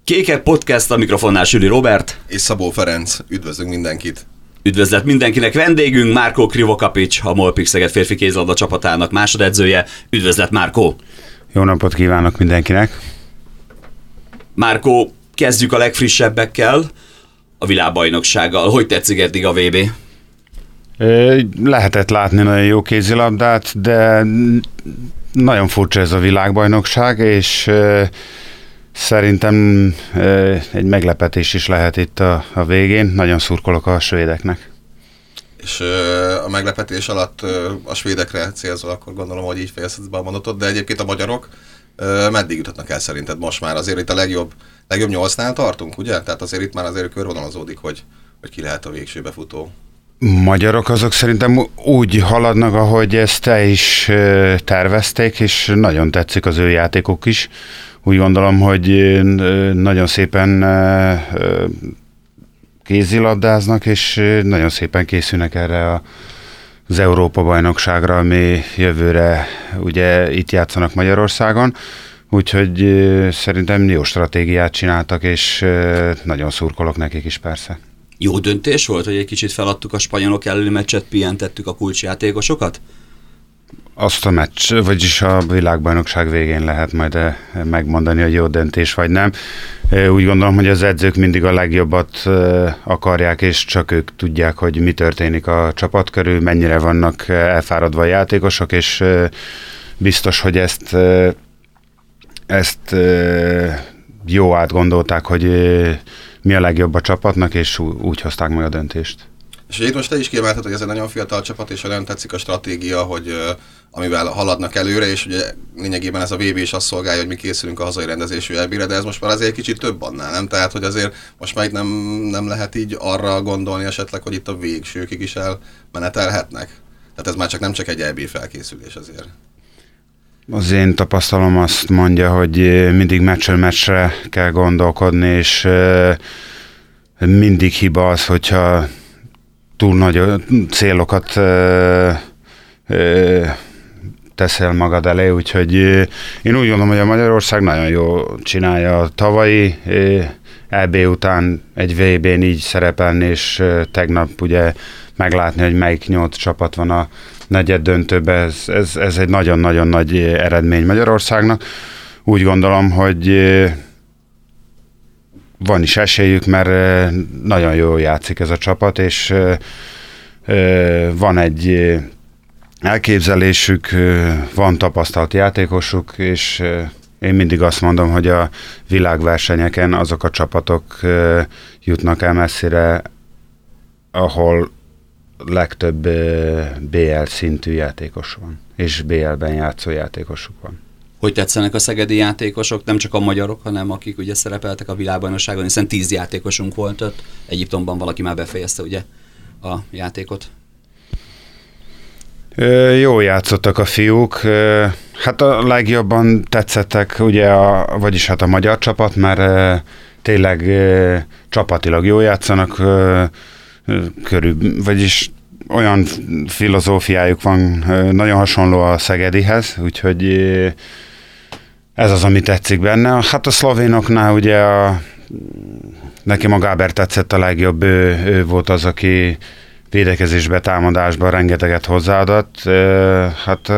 Kékek Podcast, a mikrofonnál Süli Robert. És Szabó Ferenc. Üdvözlünk mindenkit. Üdvözlet mindenkinek. Vendégünk Márkó Krivokapics, a MOL Pick Szeged férfi kézilabda csapatának másodedzője. Üdvözlet, Márkó. Jó napot kívánok mindenkinek. Márkó, kezdjük a legfrissebbekkel, a világbajnoksággal. Hogy tetszik eddig a VB? Lehetett látni nagyon jó kézilabdát, de nagyon furcsa ez a világbajnokság, és szerintem egy meglepetés is lehet itt a végén. Nagyon szurkolok a svédeknek. És a meglepetés alatt a svédekre célzol, akkor gondolom, hogy így fejezhetsz be a mondatot, de egyébként a magyarok meddig juthatnak el szerinted most már? Azért itt a legjobb 8-nál tartunk, ugye? Tehát azért itt már azért körvonalazódik, hogy ki lehet a végső befutó. Magyarok azok szerintem úgy haladnak, ahogy ezt te is tervezték, és nagyon tetszik az ő játékok is. Úgy gondolom, hogy nagyon szépen kézilabdáznak, és nagyon szépen készülnek erre az Európa-bajnokságra, ami jövőre ugye itt játszanak Magyarországon. Úgyhogy szerintem jó stratégiát csináltak, és nagyon szurkolok nekik is persze. Jó döntés volt, hogy egy kicsit feladtuk a spanyolok elleni meccset, pihentettük a kulcsjátékosokat? Azt a meccs, vagyis a világbajnokság végén lehet majd megmondani, hogy jó döntés vagy nem. Úgy gondolom, hogy az edzők mindig a legjobbat akarják, és csak ők tudják, hogy mi történik a csapat körül, mennyire vannak elfáradva a játékosok, és biztos, hogy ezt jó átgondolták, hogy mi a legjobb a csapatnak, és úgy hozták meg a döntést. És itt most te is kiemelted, hogy ez egy nagyon fiatal csapat, és nagyon tetszik a stratégia, hogy amivel haladnak előre, és ugye lényegében ez a VB is azt szolgálja, hogy mi készülünk a hazai rendezésű EB-re, de ez most már azért egy kicsit több annál, nem? Tehát, hogy azért most már itt nem lehet így arra gondolni esetleg, hogy itt a végsőkig is elmenetelhetnek. Tehát ez már nem csak egy EB felkészülés azért. Az én tapasztalom azt mondja, hogy mindig meccsről meccsre kell gondolkodni, és mindig hiba az, hogyha túl nagy célokat teszel magad elé, úgyhogy én úgy gondolom, hogy a Magyarország nagyon jól csinálja a tavalyi EB után egy VB-n így szerepelni, és tegnap ugye meglátni, hogy melyik 8 csapat van a negyed döntőben, ez egy nagyon-nagyon nagy eredmény Magyarországnak. Úgy gondolom, hogy van is esélyük, mert nagyon jól játszik ez a csapat, és van egy elképzelésük, van tapasztalt játékosuk, és én mindig azt mondom, hogy a világversenyeken azok a csapatok jutnak el messzire, ahol legtöbb BL szintű játékos van, és BL-ben játszó játékosuk van. Hogy tetszenek a szegedi játékosok, nem csak a magyarok, hanem akik ugye szerepeltek a világbajnokságon, hiszen 10 játékosunk volt ott. Egyiptomban valaki már befejezte ugye a játékot. Jól játszottak a fiúk. Hát a legjobban tetszettek ugye vagyis a magyar csapat, mert tényleg csapatilag jól játszanak, vagyis olyan filozófiájuk van, nagyon hasonló a szegedihez, úgyhogy ez az, ami tetszik benne. Hát a szlovénoknál ugye nekem a Gáber tetszett a legjobb, ő volt az, aki védekezésbe, támadásba rengeteget hozzáadott. Hát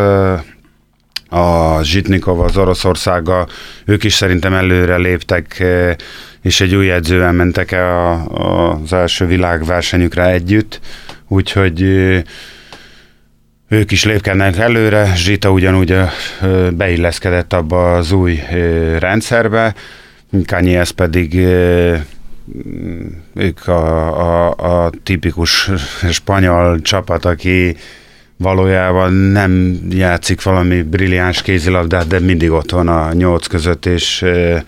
a Zsitnikov, az Oroszországgal, ők is szerintem előre léptek, és egy új edzővel mentek el az első világversenyükre együtt, úgyhogy ők is lépkednek előre. Zsita ugyanúgy beilleszkedett abba az új rendszerbe, Kanyes pedig ők a tipikus spanyol csapat, aki valójában nem játszik valami brilliáns kézilabdát, de mindig ott van a 8 között, és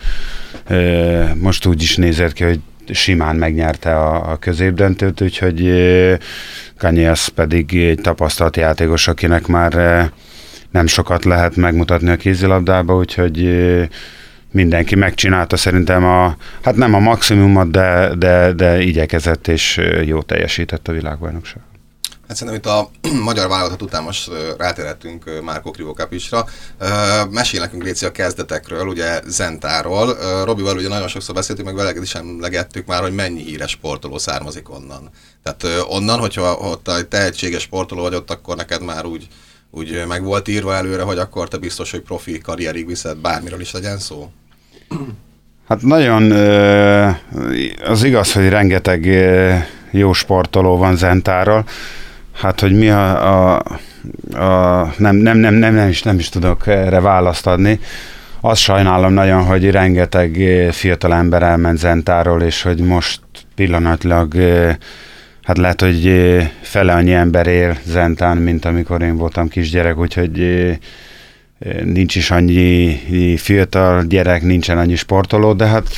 most úgy is nézett ki, hogy simán megnyerte a középdöntőt, úgyhogy Kanyes pedig egy tapasztalt játékos, akinek már nem sokat lehet megmutatni a kézilabdába, úgyhogy mindenki megcsinálta szerintem hát nem a maximumot, de igyekezett és jó teljesített a világbajnokság. Hát szerintem itt a magyar válogatott után most rátérhetünk Márkó Krivokapicsra. Mesél nekünk, Réci, a kezdetekről, ugye Zentáról. Robival ugye nagyon sokszor beszéltünk, meg vele is emlegettük már, hogy mennyi híres sportoló származik onnan. Tehát onnan, hogyha ott egy tehetséges sportoló vagy ott, akkor neked már úgy meg volt írva előre, hogy akkor te biztos, hogy profi karrierig viszed, bármiről is legyen szó? Hát nagyon az igaz, hogy rengeteg jó sportoló van Zentáról. Hát, hogy mi nem is tudok erre választ adni. Azt sajnálom nagyon, hogy rengeteg fiatal ember elment Zentáról, és hogy most pillanatlag hát lehet, hogy fele annyi ember él Zentán, mint amikor én voltam kisgyerek, úgyhogy nincs is annyi fiatal gyerek, nincsen annyi sportoló, de hát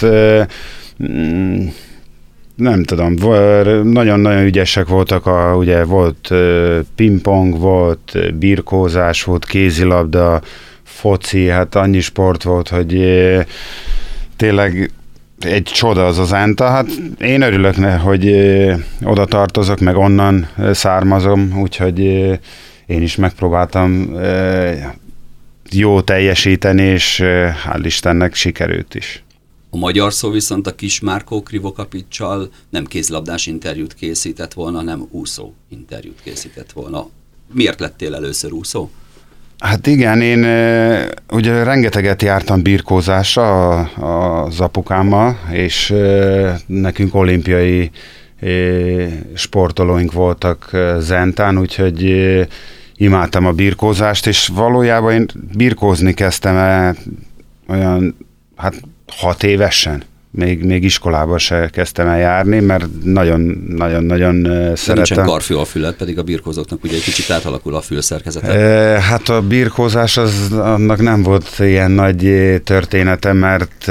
nem tudom, nagyon-nagyon ügyesek voltak, ugye volt pingpong, volt birkózás, volt kézilabda, foci, hát annyi sport volt, hogy tényleg egy csoda az Zenta. Hát én örülök, hogy oda tartozok, meg onnan származom, úgyhogy én is megpróbáltam jó teljesíteni, és hál' Istennek sikerült is. A magyar szó viszont a kis Márkó Krivokapiccsal nem kézlabdás interjút készített volna, hanem úszó interjút készített volna. Miért lettél először úszó? Hát igen, én ugye rengeteget jártam birkózásra az apukámmal, és nekünk olimpiai sportolóink voltak Zentán, úgyhogy imádtam a birkózást, és valójában én birkózni kezdtem olyan, hát 6 évesen. Még iskolába se kezdtem el járni, mert nagyon-nagyon szeretem. Nincsen karfű a füled, pedig a birkózóknak ugye egy kicsit átalakul a fülszerkezete. Hát a birkózás annak nem volt ilyen nagy története, mert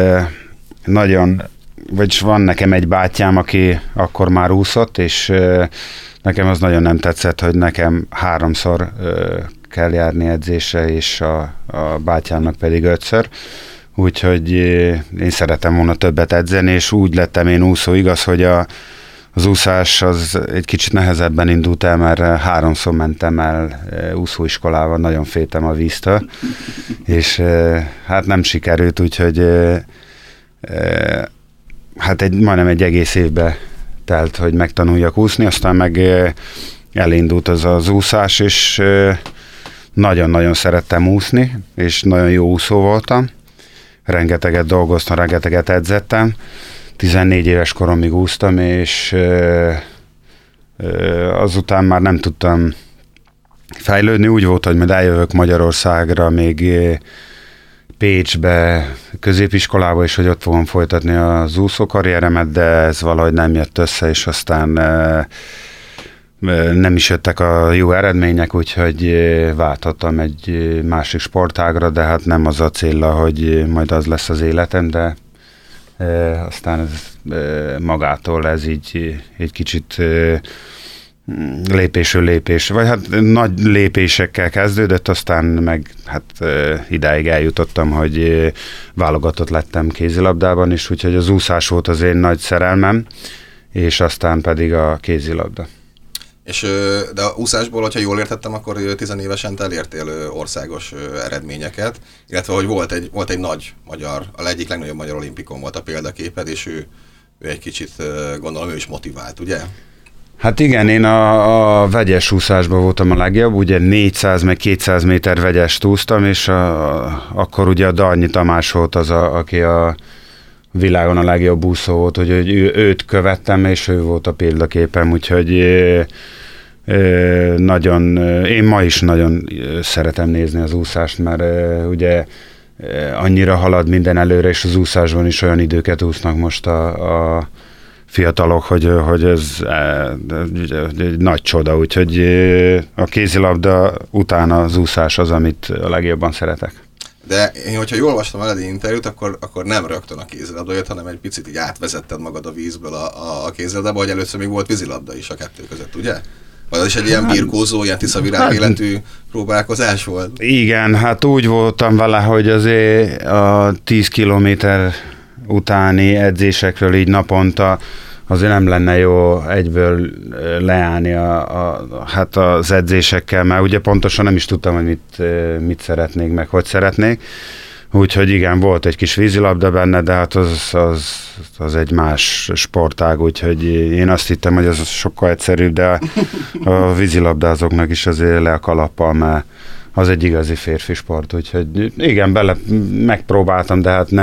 vagyis van nekem egy bátyám, aki akkor már úszott, és nekem az nagyon nem tetszett, hogy nekem 3-szor kell járni edzésre, és a bátyámnak pedig 5-ször. Úgyhogy én szeretem volna többet edzeni, és úgy lettem én úszó. Igaz, hogy az úszás az egy kicsit nehezebben indult el, mert 3-szor mentem el úszóiskolában, nagyon féltem a víztől, és hát nem sikerült, úgyhogy hát majdnem egy egész évbe telt, hogy megtanuljak úszni, aztán meg elindult az úszás, és nagyon-nagyon szerettem úszni, és nagyon jó úszó voltam. Rengeteget dolgoztam, rengeteget edzettem. 14 éves koromig úsztam, és azután már nem tudtam fejlődni. Úgy volt, hogy majd eljövök Magyarországra, még Pécsbe, középiskolába, és hogy ott fogom folytatni az úszókarrieremet, de ez valahogy nem jött össze, és aztán nem is jöttek a jó eredmények, úgyhogy váltottam egy másik sportágra, de hát nem az a célra, hogy majd az lesz az életem, de aztán ez magától ez így egy kicsit lépésről lépés, vagy hát nagy lépésekkel kezdődött, aztán meg hát idáig eljutottam, hogy válogatott lettem kézilabdában is, úgyhogy az úszás volt az én nagy szerelmem, és aztán pedig a kézilabda. De a úszásból, hogyha jól értettem, akkor 10 évesen te elértél országos eredményeket, illetve hogy volt egy nagy magyar, egyik legnagyobb magyar olimpikon volt a példaképed, és ő egy kicsit, gondolom, ő is motivált, ugye? Hát igen, én a vegyes úszásban voltam a legjobb, ugye 400 meg 200 méter vegyest úsztam, és akkor ugye a Darnyi Tamás volt az, aki a világon a legjobb úszó volt, hogy őt követtem, és ő volt a példaképem, úgyhogy én ma is nagyon szeretem nézni az úszást, mert ugye annyira halad minden előre, és az úszásban is olyan időket úsznak most a fiatalok, hogy ez egy nagy csoda, úgyhogy a kézilabda után az úszás az, amit a legjobban szeretek. De én, hogyha jól olvastam veled interjút, akkor nem rögtön a kézilabda jött, hanem egy picit így átvezetted magad a vízből a kézilabdába, hogy először még volt vízilabda is a kettő között, ugye? Vagy az is egy ilyen birkózó, ilyen tiszavirág életű próbálkozás volt? Igen, hát úgy voltam vele, hogy azért a 10 kilométer utáni edzésekről így naponta azért nem lenne jó egyből leállni hát az edzésekkel, mert ugye pontosan nem is tudtam, hogy mit szeretnék, meg hogy szeretnék. Úgyhogy igen, volt egy kis vízilabda benne, de hát az egy más sportág, úgyhogy én azt hittem, hogy ez sokkal egyszerűbb, de a vízilabdázóknak is azért le a kalappal, mert az egy igazi férfi sport, úgyhogy igen, megpróbáltam, de hát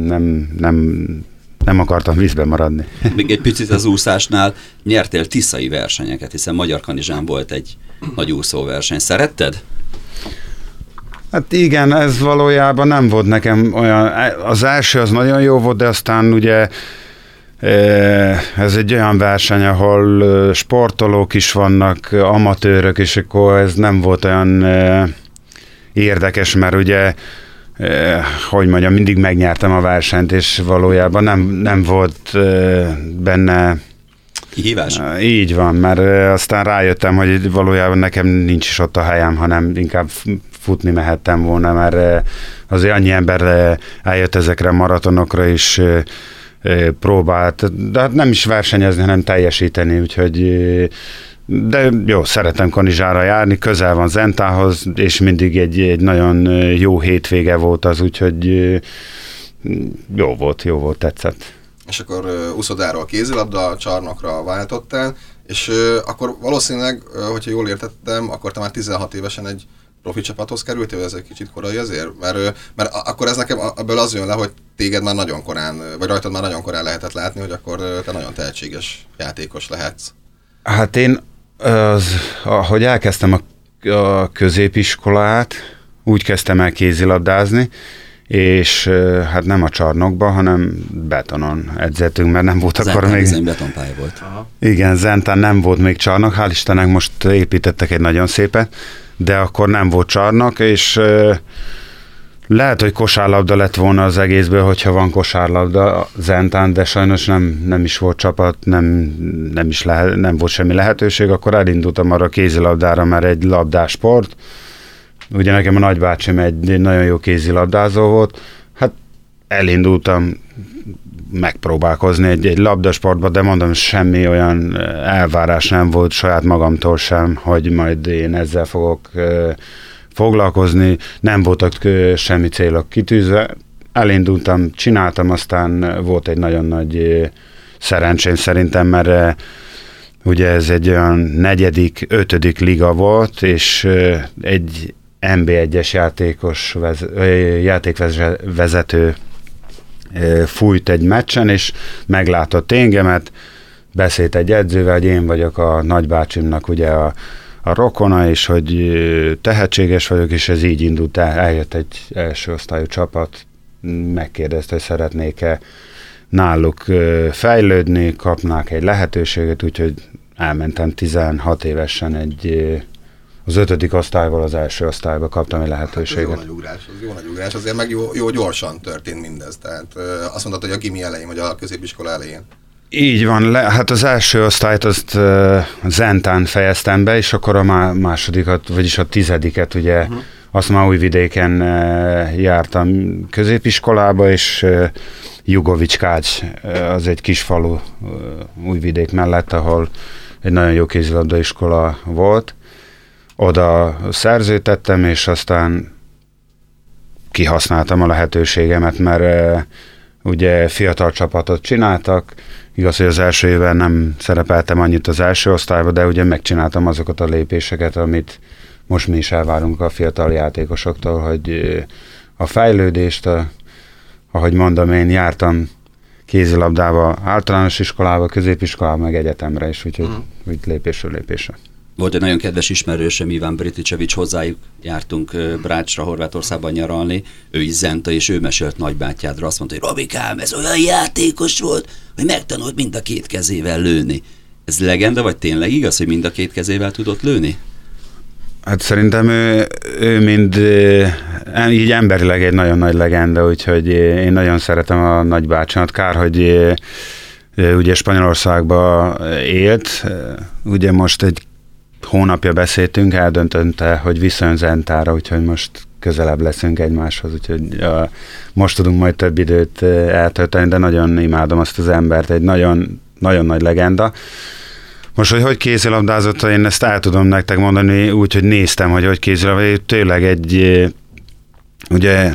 nem akartam vízben maradni. Még egy picit az úszásnál nyertél tiszai versenyeket, hiszen Magyar Kanizsán volt egy nagy úszóverseny. Szeretted? Hát igen, ez valójában nem volt nekem olyan, az első az nagyon jó volt, de aztán ugye ez egy olyan verseny, ahol sportolók is vannak, amatőrök, és akkor ez nem volt olyan érdekes, mert ugye hogy mondjam, mindig megnyertem a versenyt, és valójában nem volt benne kihívás? Így van, mert aztán rájöttem, hogy valójában nekem nincs is ott a helyem, hanem inkább futni mehettem volna, mert azért annyi ember eljött ezekre a maratonokra is próbált, de hát nem is versenyezni, hanem teljesíteni, úgyhogy de jó, szeretem Kanizsára járni, közel van Zentához, és mindig egy nagyon jó hétvége volt az, úgyhogy jó volt, tetszett. És akkor úszodáról kézilabda csarnokra váltottál, és akkor valószínűleg, hogyha jól értettem, akkor te már 16 évesen egy profi csapathoz kerültél, ez egy kicsit korai azért? Mert akkor ez nekem ebből az jön le, hogy téged már nagyon korán, vagy rajtad már nagyon korán lehetett látni, hogy akkor te nagyon tehetséges játékos lehetsz. Hát én, ahogy elkezdtem a középiskolát, úgy kezdtem el kézilabdázni, és hát nem a csarnokba, hanem betonon edzettünk, mert nem volt akkor még... Zentán betonpálya volt. Aha. Igen, Zentán nem volt még csarnok, hál' Istennek most építettek egy nagyon szépet, de akkor nem volt csarnok, és lehet, hogy kosárlabda lett volna az egészből, hogyha van kosárlabda Zentán, de sajnos nem is volt csapat, nem volt semmi lehetőség, akkor elindultam arra a kézilabdára, mert egy labdásport. Ugye nekem a nagybácsim egy nagyon jó kézilabdázó volt, hát elindultam megpróbálkozni egy labdasportba, de mondom, semmi olyan elvárás nem volt saját magamtól sem, hogy majd én ezzel fogok foglalkozni, nem voltak semmi célok kitűzve, elindultam, csináltam, aztán volt egy nagyon nagy szerencsém szerintem, mert ugye ez egy olyan 4., 5. liga volt, és egy NB1-es játékvezető fújt egy meccsen, és meglátott engemet, beszélt egy edzővel, hogy én vagyok a nagybácsimnak ugye a rokona, és hogy tehetséges vagyok, és ez így indult el. Eljött egy első osztályú csapat, megkérdezte, hogy szeretnék-e náluk fejlődni, kapnák egy lehetőséget, úgyhogy elmentem 16 évesen az 5. osztályból az első osztályba kaptam egy lehetőséget. Hát jó nagy ugrás, azért meg jó gyorsan történt mindez. Tehát azt mondtad, hogy a gimi elején, vagy a középiskola elején. Így van, hát az első osztályt azt Zentán fejeztem be, és akkor a másodikat, vagyis a 10. ugye, azt már Újvidéken jártam középiskolába, és Jugovics Kács, az egy kis falu Újvidék mellett, ahol egy nagyon jó kézilabdaiskola volt. Oda szerződtettem, és aztán kihasználtam a lehetőségemet, mert ugye fiatal csapatot csináltak, igaz, hogy az első évben nem szerepeltem annyit az első osztályba, de ugye megcsináltam azokat a lépéseket, amit most mi is elvárunk a fiatal játékosoktól, hogy a fejlődést, ahogy mondom, én jártam kézilabdába, általános iskolába, középiskolába, meg egyetemre is, úgyhogy úgy lépésről lépésre. Volt egy nagyon kedves ismerősöm, Iván Briticevics, hozzájuk jártunk Brácsra, Horvátországban nyaralni, ő is zenta, és ő mesélt nagybátyádra, azt mondta, hogy Robikám, ez olyan játékos volt, hogy megtanult mind a 2 kezével lőni. Ez legenda, vagy tényleg igaz, hogy mind a 2 kezével tudott lőni? Hát szerintem ő mind így emberileg egy nagyon nagy legenda, úgyhogy én nagyon szeretem a nagybácsimat. Kár, hogy ugye Spanyolországban élt, ugye most egy hónapja beszéltünk, eldöntötte, hogy visszajön Zentára, úgyhogy most közelebb leszünk egymáshoz, úgyhogy most tudunk majd több időt eltölteni, de nagyon imádom azt az embert, egy nagyon nagyon nagy legenda. Most, hogy kézilabdázott, én ezt el tudom nektek mondani, úgyhogy néztem, hogy kézilabdázott, tényleg egy, ugye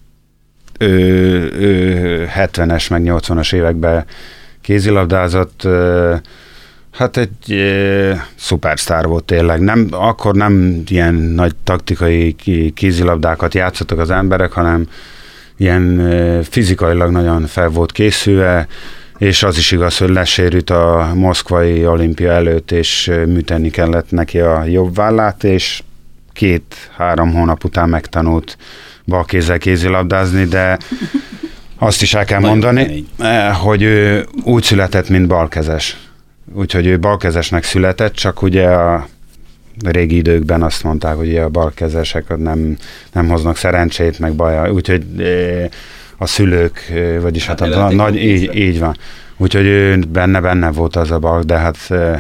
70-es meg 80-as években kézilabdázott, hát egy szupersztár volt tényleg. Akkor nem ilyen nagy taktikai kézilabdákat játszottak az emberek, hanem ilyen fizikailag nagyon fel volt készülve, és az is igaz, hogy lesérült a moszkvai olimpia előtt, és műteni kellett neki a jobb vállát, és 2-3 hónap után megtanult balkézzel kézilabdázni, de azt is el kell mondani, hogy ő úgy született, mint balkezes. Úgyhogy ő balkezesnek született, csak ugye a régi időkben azt mondták, hogy a balkezesek nem hoznak szerencsét, meg baja. Úgyhogy a szülők, vagyis hát a nagy, így van. Úgyhogy ő benne volt az a bal, de hát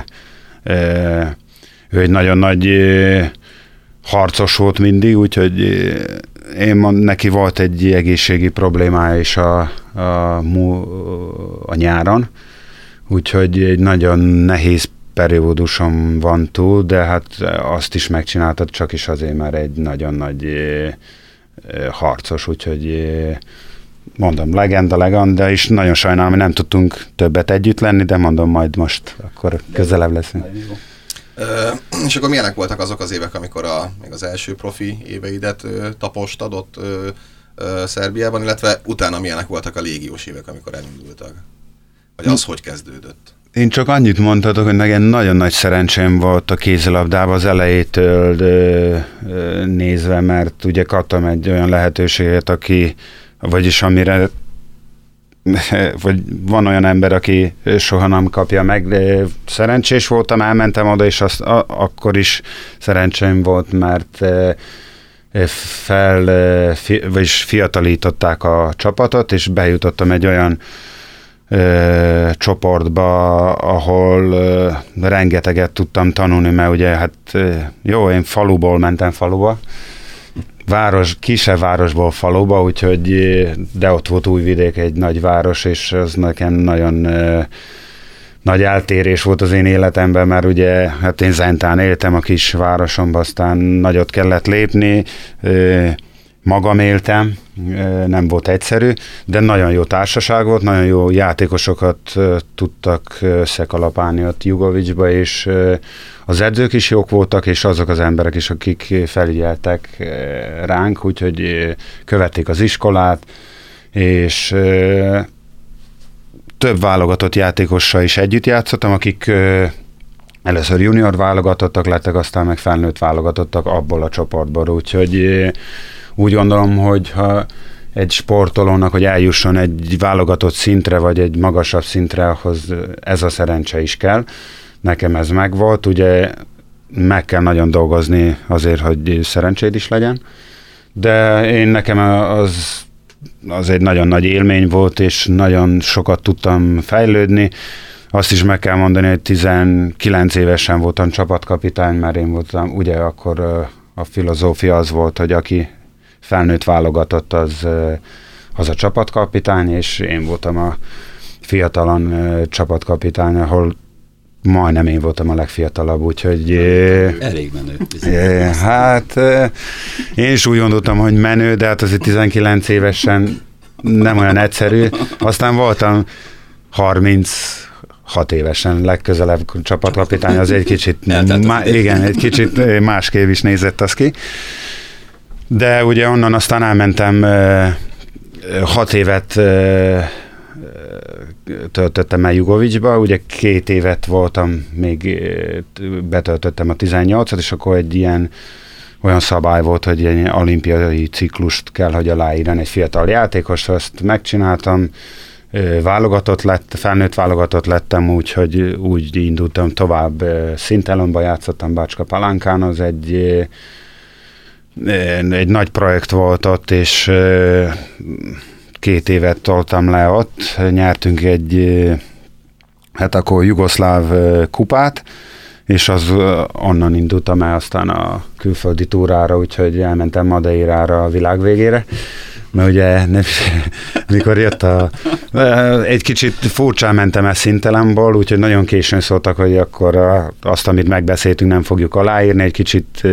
ő egy nagyon nagy harcos volt mindig, úgyhogy neki volt egy egészségi problémája is a nyáron, úgyhogy egy nagyon nehéz periódusom van túl, de hát azt is megcsináltad csak is azért, mert egy nagyon nagy harcos, úgyhogy mondom, legenda, és nagyon sajnálom, hogy nem tudtunk többet együtt lenni, de mondom, majd most akkor közelebb leszünk. És akkor milyenek voltak azok az évek, amikor még az első profi éveidet tapostad ott Szerbiában, illetve utána milyenek voltak a légiós évek, amikor elindultak? Vagy az hogy kezdődött? Én csak annyit mondhatok, hogy nekem nagyon nagy szerencsém volt a kézilabdában az elejétől nézve, mert ugye kaptam egy olyan lehetőséget, vagyis amire vagy van olyan ember, aki soha nem kapja meg, de szerencsés voltam, elmentem oda, és akkor is szerencsém volt, mert vagyis fiatalították a csapatot, és bejutottam egy olyan csoportba, ahol rengeteget tudtam tanulni, mert ugye hát jó, én faluból mentem faluba, kisebb városból faluba, úgyhogy, de ott volt Újvidék, egy nagy város, és az nekem nagyon nagy eltérés volt az én életemben, mert ugye hát én Zentán éltem a kis városomban, aztán nagyot kellett lépni, magam éltem, nem volt egyszerű, de nagyon jó társaság volt, nagyon jó játékosokat tudtak összekalapálni ott Jugovicsba, és az edzők is jók voltak, és azok az emberek is, akik felügyeltek ránk, úgyhogy követték az iskolát, és több válogatott játékossal is együtt játszottam, akik először junior válogatottak lettek, aztán meg felnőtt válogatottak abból a csoportból, úgyhogy úgy gondolom, hogy ha egy sportolónak, hogy eljusson egy válogatott szintre, vagy egy magasabb szintre, ahhoz ez a szerencse is kell. Nekem ez megvolt, ugye meg kell nagyon dolgozni azért, hogy szerencséd is legyen, de nekem az egy nagyon nagy élmény volt, és nagyon sokat tudtam fejlődni. Azt is meg kell mondani, hogy 19 évesen voltam csapatkapitány, mert én voltam, ugye akkor a filozófia az volt, hogy aki felnőtt válogatott, az a csapatkapitány, és én voltam a fiatalon csapatkapitány, ahol majdnem én voltam a legfiatalabb, úgyhogy... Elég menő. Hát én is úgy gondoltam, hogy menő, de hát azért 19 évesen nem olyan egyszerű. Aztán voltam 36 évesen legközelebb csapatkapitány, az egy kicsit, egy kicsit másképp is nézett az ki. De ugye onnan aztán elmentem, 6 évet töltöttem el Jugovicsba, ugye 2 évet voltam, még betöltöttem a 18-at, és akkor egy ilyen olyan szabály volt, hogy egy olimpiai ciklust kell, hogy aláírni egy fiatal játékos, azt megcsináltam, felnőtt válogatott lettem, úgyhogy úgy indultam tovább, Szintelonba játszottam, Bácska Palánkán, az egy nagy projekt volt ott, és 2 évet toltam le ott, nyertünk egy, hát akkor jugoszláv kupát, és onnan indultam el aztán a külföldi túrára, úgyhogy elmentem Madeirára a világ végére, mert ugye mikor jött egy kicsit furcsán mentem el Szintelemból, úgyhogy nagyon későn szóltak, hogy akkor azt, amit megbeszéltünk, nem fogjuk aláírni, egy kicsit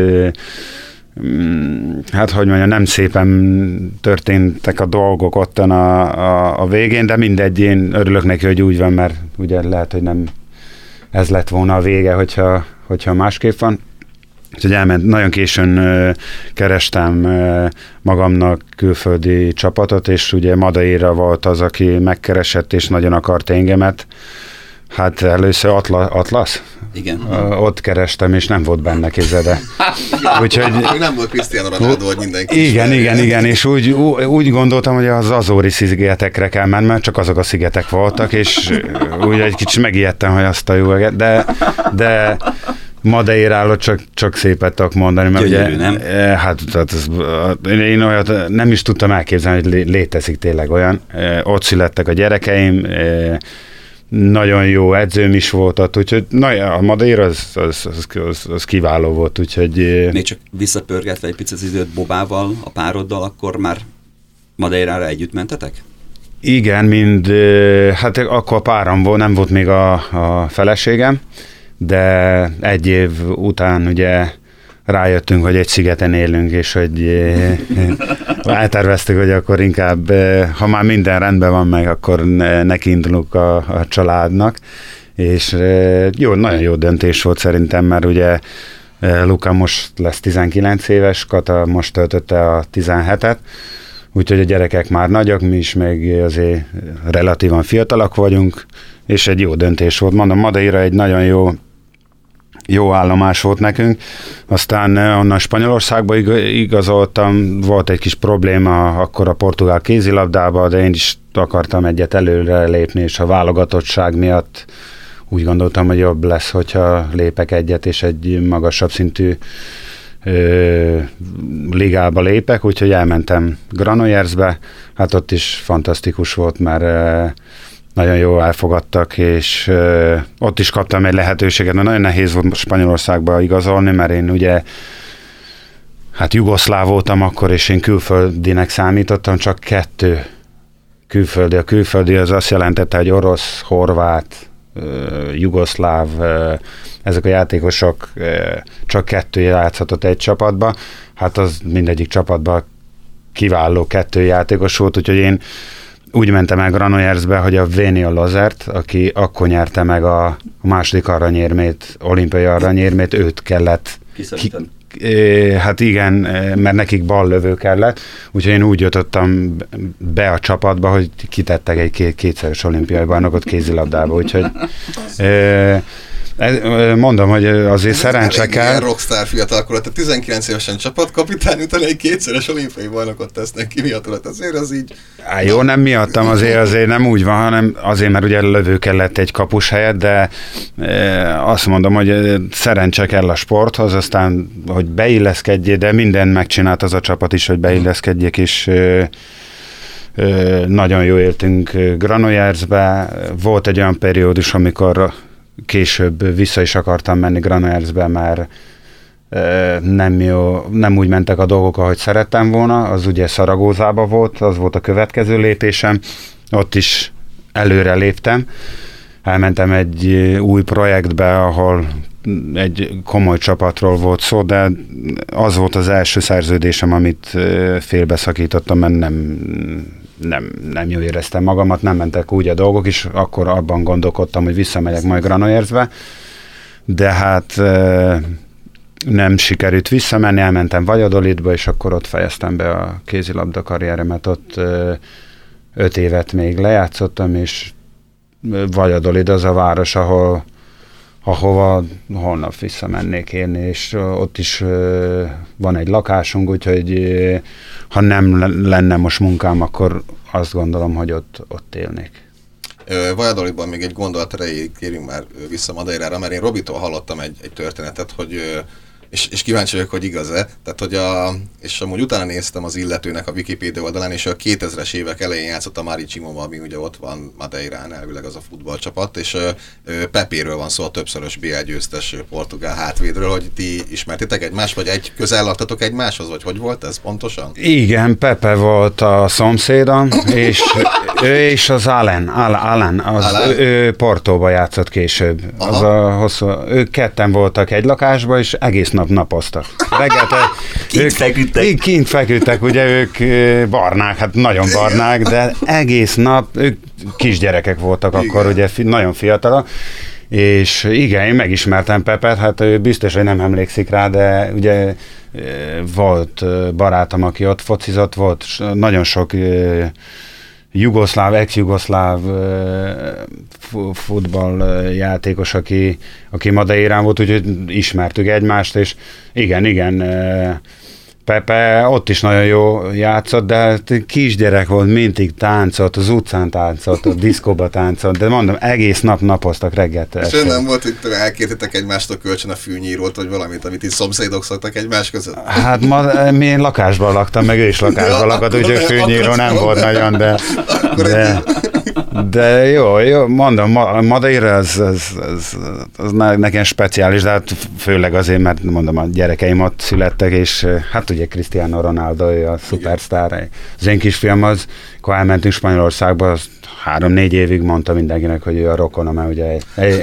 hát hogy mondjam, nem szépen történtek a dolgok ottan a végén, de mindegy, én örülök neki, hogy úgy van, mert ugye lehet, hogy nem ez lett volna a vége, hogyha másképp van. Úgyhogy nagyon későn kerestem magamnak külföldi csapatot, és ugye Madeira volt az, aki megkeresett, és nagyon akart engemet. Hát először Atlas? Igen. Ott kerestem, és nem volt benne kézede. Úgyhogy nem volt Cristiano Ronaldo, hogy mindenki. Igen, és úgy gondoltam, hogy az Azori-szigetekre kell menni, mert csak azok a szigetek voltak, és úgy egy kicsit megijedtem, hogy azt a jó eget, de Madeiráról csak szépet tudok mondani, mert gyönyörű, ugye, nem? Hát én olyat nem is tudtam elképzelni, hogy létezik tényleg olyan. Ott születtek a gyerekeim, nagyon jó edzőm is volt ott, úgyhogy a Madeira az kiváló volt, úgyhogy... Még csak visszapörgetve egy picit az időt Bobával, a pároddal, akkor már Madeirára együtt mentetek? Igen, hát akkor a párom volt, nem volt még a feleségem, de egy év után ugye rájöttünk, hogy egy szigeten élünk, és hogy elterveztük, hogy akkor inkább, ha már minden rendben van meg, akkor nekiindulunk a családnak, és jó, nagyon jó döntés volt szerintem, mert ugye Luka most lesz 19 éves, Kata most töltötte a 17-et, úgyhogy a gyerekek már nagyok, mi is még azért relatívan fiatalak vagyunk, és egy jó döntés volt. Mondom, Madeira egy nagyon jó állomás volt nekünk, aztán onnan Spanyolországba igazoltam, volt egy kis probléma akkor a portugál kézilabdában, de én is akartam egyet előre lépni, és a válogatottság miatt úgy gondoltam, hogy jobb lesz, hogyha lépek egyet, és egy magasabb szintű ligába lépek, úgyhogy elmentem Granollers-be, hát ott is fantasztikus volt, mert nagyon jól elfogadtak, és ott is kaptam egy lehetőséget, mert nagyon nehéz volt Spanyolországba igazolni, mert én ugye hát jugoszláv voltam akkor, és én külföldinek számítottam, csak 2 külföldi. A külföldi az azt jelentette, hogy orosz, horvát, jugoszláv, ezek a játékosok csak 2 játszhatott egy csapatba, hát az mindegyik csapatban kiváló 2 játékos volt, úgyhogy én úgy mentem el Granollersbe, hogy a Vénia Lozert, aki akkor nyerte meg a második aranyérmét, olimpiai aranyérmét, őt kellett hát igen, mert nekik ballövő kellett, úgyhogy én úgy jutottam be a csapatba, hogy kitettek egy 2-szeres olimpiai bajnokot kézilabdába, úgyhogy mondom, hogy azért szerencse kell. Ilyen rockstar fiatalkorat, tehát 19 évesen csapatkapitány, utána egy 2-szeres olimpiai bajnokot tesznek ki miatt, azért az így... Jó, nem miattam, azért nem úgy van, hanem azért, mert ugye lövő kellett egy kapus helyett, de azt mondom, hogy szerencse kell a sporthoz, aztán, hogy beilleszkedjél, de mindent megcsinált az a csapat is, hogy beilleszkedjék, és nagyon jó éltünk Granollersbe. Volt egy olyan periódus, amikor később vissza is akartam menni Granollersbe, mert nem úgy mentek a dolgok, ahogy szerettem volna, az ugye Szaragózába volt, az volt a következő lépésem, ott is előre léptem, elmentem egy új projektbe, ahol egy komoly csapatról volt szó, de az volt az első szerződésem, amit félbeszakítottam, mert nem jól éreztem magamat, nem mentek úgy a dolgok, és akkor abban gondolkodtam, hogy visszamegyek majd Granollersbe, de hát nem sikerült visszamenni, elmentem Valladolidba, és akkor ott fejeztem be a kézilabda karrieremet, ott 5 évet még lejátszottam, és Valladolid az a város, ahova holnap visszamennék élni, és ott is van egy lakásunk, úgyhogy ha nem lenne most munkám, akkor azt gondolom, hogy ott élnék. Valladolidban még egy gondolat erejéig kérjünk már vissza Madeirára, mert én Robitól hallottam egy történetet, hogy és kíváncsi vagyok, hogy igaz-e. Tehát, hogy és amúgy utána néztem az illetőnek a Wikipédia oldalán, és a 2000-es évek elején játszott a Marítimo, ami ugye ott van Madeirán, elvileg az a futballcsapat, és Pepéről van szó, a többszörös BL győztes portugál hátvédről, hogy ti ismertétek egymást, vagy közel laktatok egymáshoz, vagy hogy volt ez pontosan? Igen, Pepe volt a szomszédom, és ő és az Alan, ő Portóba játszott később. Az a hosszú, ők ketten voltak egy lakásban, és egész nap napoztak. Kint feküdtek, ugye ők barnák, hát nagyon barnák, de egész nap, ők kisgyerekek voltak akkor, ugye nagyon fiatalak, és igen, én megismertem Pepet, hát ő biztos, hogy nem emlékszik rá, de ugye volt barátom, aki ott focizott, volt nagyon sok ex-jugoszláv futballjátékos, aki Madeirán volt, úgyhogy ismertük egymást, és igen, Pepe ott is nagyon jó játszott, de kisgyerek volt, mindig táncolt, az utcán táncolt, a diszkóba táncolt, de mondom, egész nap napoztak reggeltől. És nem volt, hogy elkértetek egymástól kölcsön a fűnyírót, vagy valamit, amit itt szomszédok szoktak egymás között? Hát én lakásban laktam, meg ő is lakásban lakott, úgyhogy fűnyíró nem volt nagyon, de jó, mondom, Madeira az nekem speciális, de hát főleg azért, mert mondom, a gyerekeim ott születtek, és hát ugye Cristiano Ronaldo, ő a szupersztár. Az én kisfiam az, akkor elmentünk Spanyolországba, 3-4 évig mondta mindenkinek, hogy ő a rokonom, mert ugye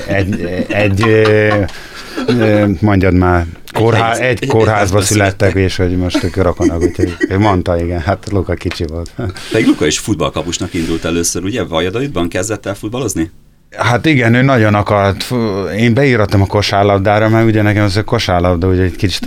mondjad már, egy kórházba születtek, és hogy most ők rokonok, úgyhogy ő mondta, igen, hát Luka kicsi volt. Pedig Luka is futballkapusnak indult először, ugye? Valladolidban kezdett el futballozni? Hát igen, ő nagyon akart. Én beírattam a kosárlabdára, mert ugye nekem az a kosárlabda ugye egy kicsit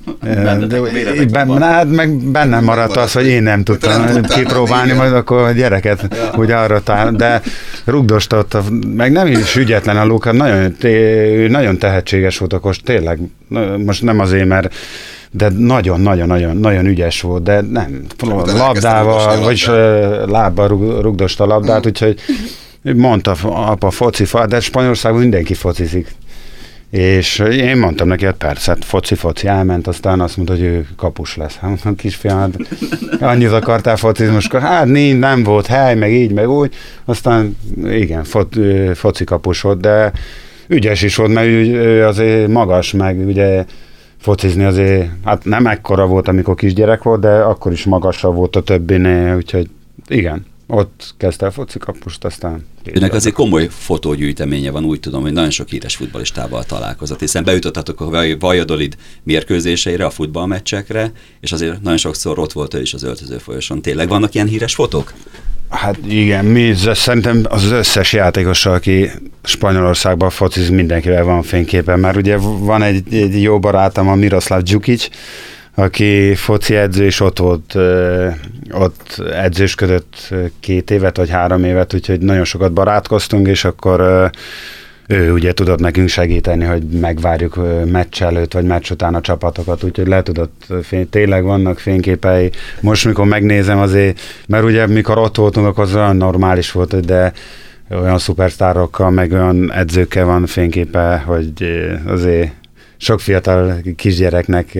meg bennem maradt az, hogy én nem tudtam kipróbálni, majd akkor a gyereket úgy arra de rugdostott, meg nem is ügyetlen a Luka, nagyon tehetséges volt a tényleg, most nem azért, mert de nagyon ügyes volt, de nem, labdával, vagyis lábbal rugdosta a labdát, úgyhogy mondta apa foci, de Spanyolországban mindenki focizik. És én mondtam neki, hogy persze, foci, elment, aztán azt mondta, hogy ő kapus lesz. Hát mondtam, kisfiam, annyit akartál focizni, most hát nem volt hely, meg így, meg úgy. Aztán igen, foci kapus volt, de ügyes is volt, mert ő azért magas, meg ugye focizni azért, hát nem ekkora volt, amikor kisgyerek volt, de akkor is magasabb volt a többinél, úgyhogy igen. Ott kezdte el focikapust, aztán... Önnek azért komoly fotógyűjteménye van, úgy tudom, hogy nagyon sok híres futballistával találkozott, hiszen bejutottatok a Valladolid mérkőzéseire, a futballmeccsekre, és azért nagyon sokszor ott volt ő is az öltözőfolyoson. Tényleg vannak ilyen híres fotók? Hát igen, szerintem az összes játékos, aki Spanyolországban fociz, mindenkivel van fényképen, mert ugye van egy jó barátom, a Miroslav Djukic, aki foci edző, és ott edzősködött 2 évet, vagy 3 évet, úgyhogy nagyon sokat barátkoztunk, és akkor ő ugye tudott nekünk segíteni, hogy megvárjuk meccs előtt, vagy meccs után a csapatokat, úgyhogy le tudott tényleg vannak fényképei. Most, mikor megnézem azért, mert ugye mikor ott voltunk, akkor az olyan normális volt, de olyan szupersztárokkal, meg olyan edzőkkel van fényképe, hogy azért sok fiatal kisgyereknek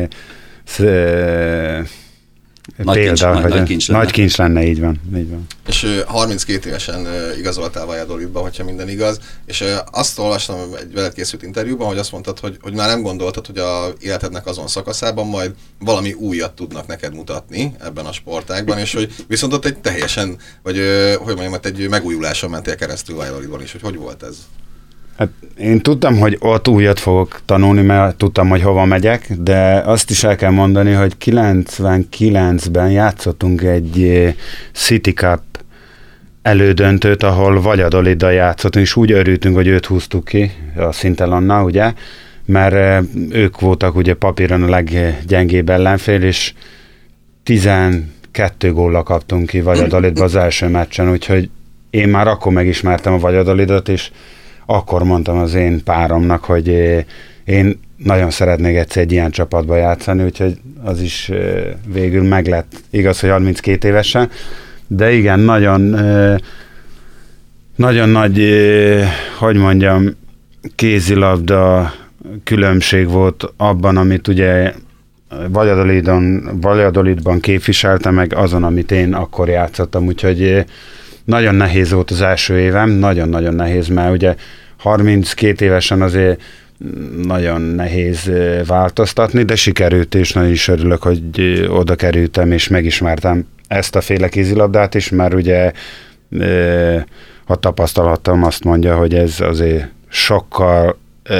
nagy kincs lenne, így van. És 32 évesen igazoltál Valladolidba, hogyha minden igaz, és azt olvastam egy veled készült interjúban, hogy azt mondtad, hogy már nem gondoltad, hogy a életednek azon szakaszában majd valami újat tudnak neked mutatni ebben a sportágban, és hogy viszont ott egy teljesen, vagy hogy mondjam, egy megújuláson mentél keresztül Valladolidban is, hogy volt ez? Hát én tudtam, hogy ott újat fogok tanulni, mert tudtam, hogy hova megyek, de azt is el kell mondani, hogy 99-ben játszottunk egy City Cup elődöntőt, ahol Valladoliddal játszottunk, és úgy örültünk, hogy őt húztuk ki, a Sintelannal, ugye, mert ők voltak ugye papíron a leggyengébb ellenfél, és 12 góllal kaptunk ki Valladolidba az első meccsen, úgyhogy én már akkor megismertem a Valladolidot, és akkor mondtam az én páromnak, hogy én nagyon szeretnék egyszer egy ilyen csapatba játszani, úgyhogy az is végül meglett. Igaz, hogy 32 évesen, de igen, nagyon nagy, hogy mondjam, kézilabda különbség volt abban, amit ugye Valladolidban képviseltem, meg azon, amit én akkor játszottam, úgyhogy nagyon nehéz volt az első évem, nagyon-nagyon nehéz, mert ugye 32 évesen azért nagyon nehéz változtatni, de sikerült, és nagyon is örülök, hogy oda kerültem, és megismertem ezt a féle kézilabdát is, mert ugye a tapasztalatom azt mondja, hogy ez azért sokkal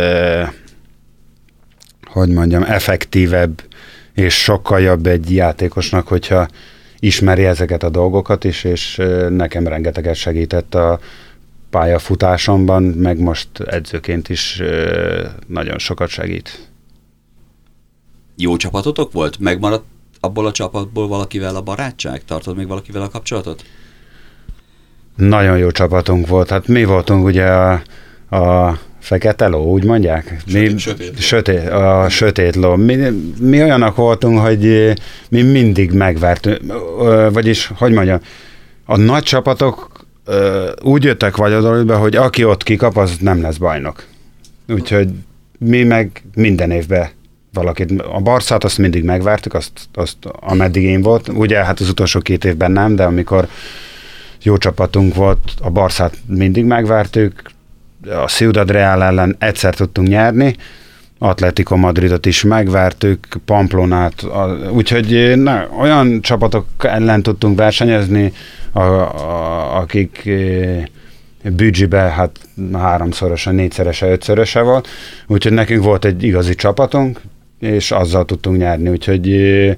effektívebb és sokkal jobb egy játékosnak, hogyha ismeri ezeket a dolgokat is, és nekem rengeteget segített a pályafutásomban, meg most edzőként is nagyon sokat segít. Jó csapatotok volt? Megmaradt abból a csapatból valakivel a barátság? Tartod még valakivel a kapcsolatot? Nagyon jó csapatunk volt. Hát mi voltunk ugye a fekete ló, úgy mondják? A sötét ló. Mi olyanok voltunk, hogy mi mindig megvertünk. Vagyis, hogy mondjam, a nagy csapatok úgy jöttek Valladolidba, hogy aki ott kikap, az nem lesz bajnok. Úgyhogy mi meg minden évben valakit. A Barszát azt mindig megvertük, azt ameddig én volt. Ugye hát az utolsó 2 évben nem, de amikor jó csapatunk volt, a Barszát mindig megvertük, a Ciudad Real ellen egyszer tudtunk nyerni, Atletico Madridot is megvertük, Pamplonát, úgyhogy olyan csapatok ellen tudtunk versenyezni, akik büdzsibe hát 3-szorosa, 4-szerese, 5-szöröse volt, úgyhogy nekünk volt egy igazi csapatunk, és azzal tudtunk nyerni, úgyhogy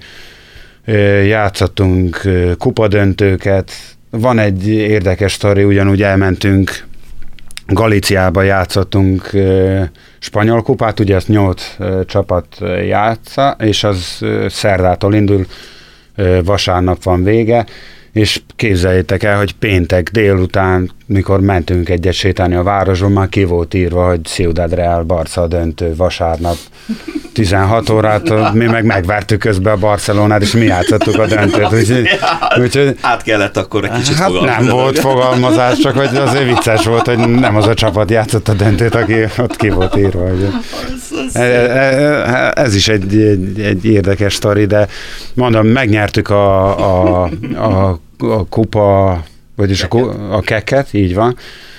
játszottunk kupadöntőket. Van egy érdekes sztori, ugyanúgy elmentünk Galíciába, játszottunk spanyol kupát, ugye azt 8 csapat játsza, és az szerdától indul, vasárnap van vége, és képzeljétek el, hogy péntek délután, mikor mentünk egyet sétálni a városban, már ki volt írva, hogy Ciudad Real Barca döntő vasárnap 16 órától, mi meg megvertük közben a Barcelonát, és mi játszottuk a döntőt. Úgyhogy át kellett akkor egy kicsit fogalmazni. Nem volt fogalmazás, csak hogy azért vicces volt, hogy nem az a csapat játszott a döntőt, aki ott ki volt írva. Ez is egy érdekes sztori, de mondom, megnyertük a kupa, vagyis a keket, így van.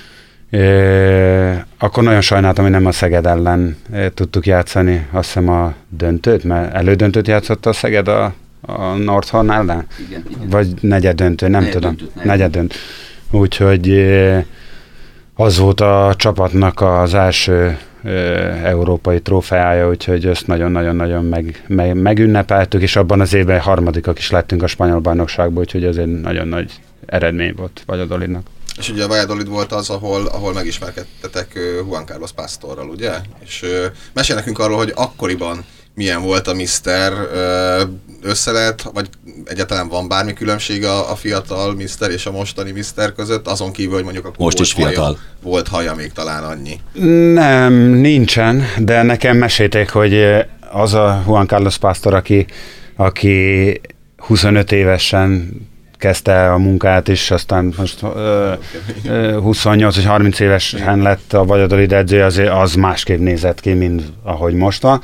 Akkor nagyon sajnáltam, hogy nem a Szeged ellen tudtuk játszani, azt hiszem a döntőt, mert elődöntőt játszott a Szeged a Nordhorn ellen? Igen. Vagy negyeddöntő, nem tudom. Negyeddöntő. Úgyhogy az volt a csapatnak az első európai trófeája, úgyhogy ezt nagyon-nagyon-nagyon megünnepeltük, és abban az évben harmadikak is lettünk a spanyol bajnokságból, úgyhogy ez egy nagyon nagy eredmény volt Valladolidnak. És ugye a Valladolid volt az, ahol megismerkedtetek Juan Carlos Pastorral, ugye? És mesél nekünk arról, hogy akkoriban milyen volt a Mister, összelet, vagy egyáltalán van bármi különbség a fiatal Mister és a mostani Mister között, azon kívül, hogy mondjuk akkor most is fiatal. Volt haja még talán annyi. Nem, nincsen, de nekem mesélték, hogy az a Juan Carlos Pastor, aki 25 évesen kezdte a munkát, és aztán most 28 vagy 30 évesen lett a Valladolid edző, azért az másképp nézett ki, mint ahogy most van.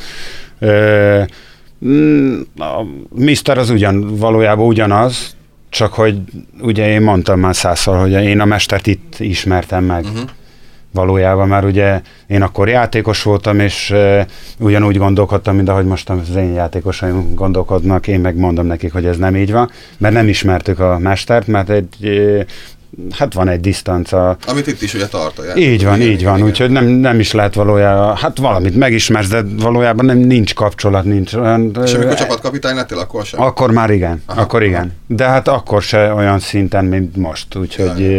A Mister az valójában ugyanaz, csak hogy ugye én mondtam már 100-szor, hogy én a mestert itt ismertem meg. Valójában, mert ugye én akkor játékos voltam, és ugyanúgy gondolkodtam, mint ahogy most az én játékosaim gondolkodnak, én meg mondom nekik, hogy ez nem így van, mert nem ismertük a mestert, mert hát van egy disztanca. Amit itt is ugye tart a játék. Így van, úgyhogy nem is lehet valójában, hát valamit megismersz, de valójában nincs kapcsolat, nincs. És amikor csapatkapitány lettél, akkor sem? Akkor már igen, igen. De hát akkor se olyan szinten, mint most, úgyhogy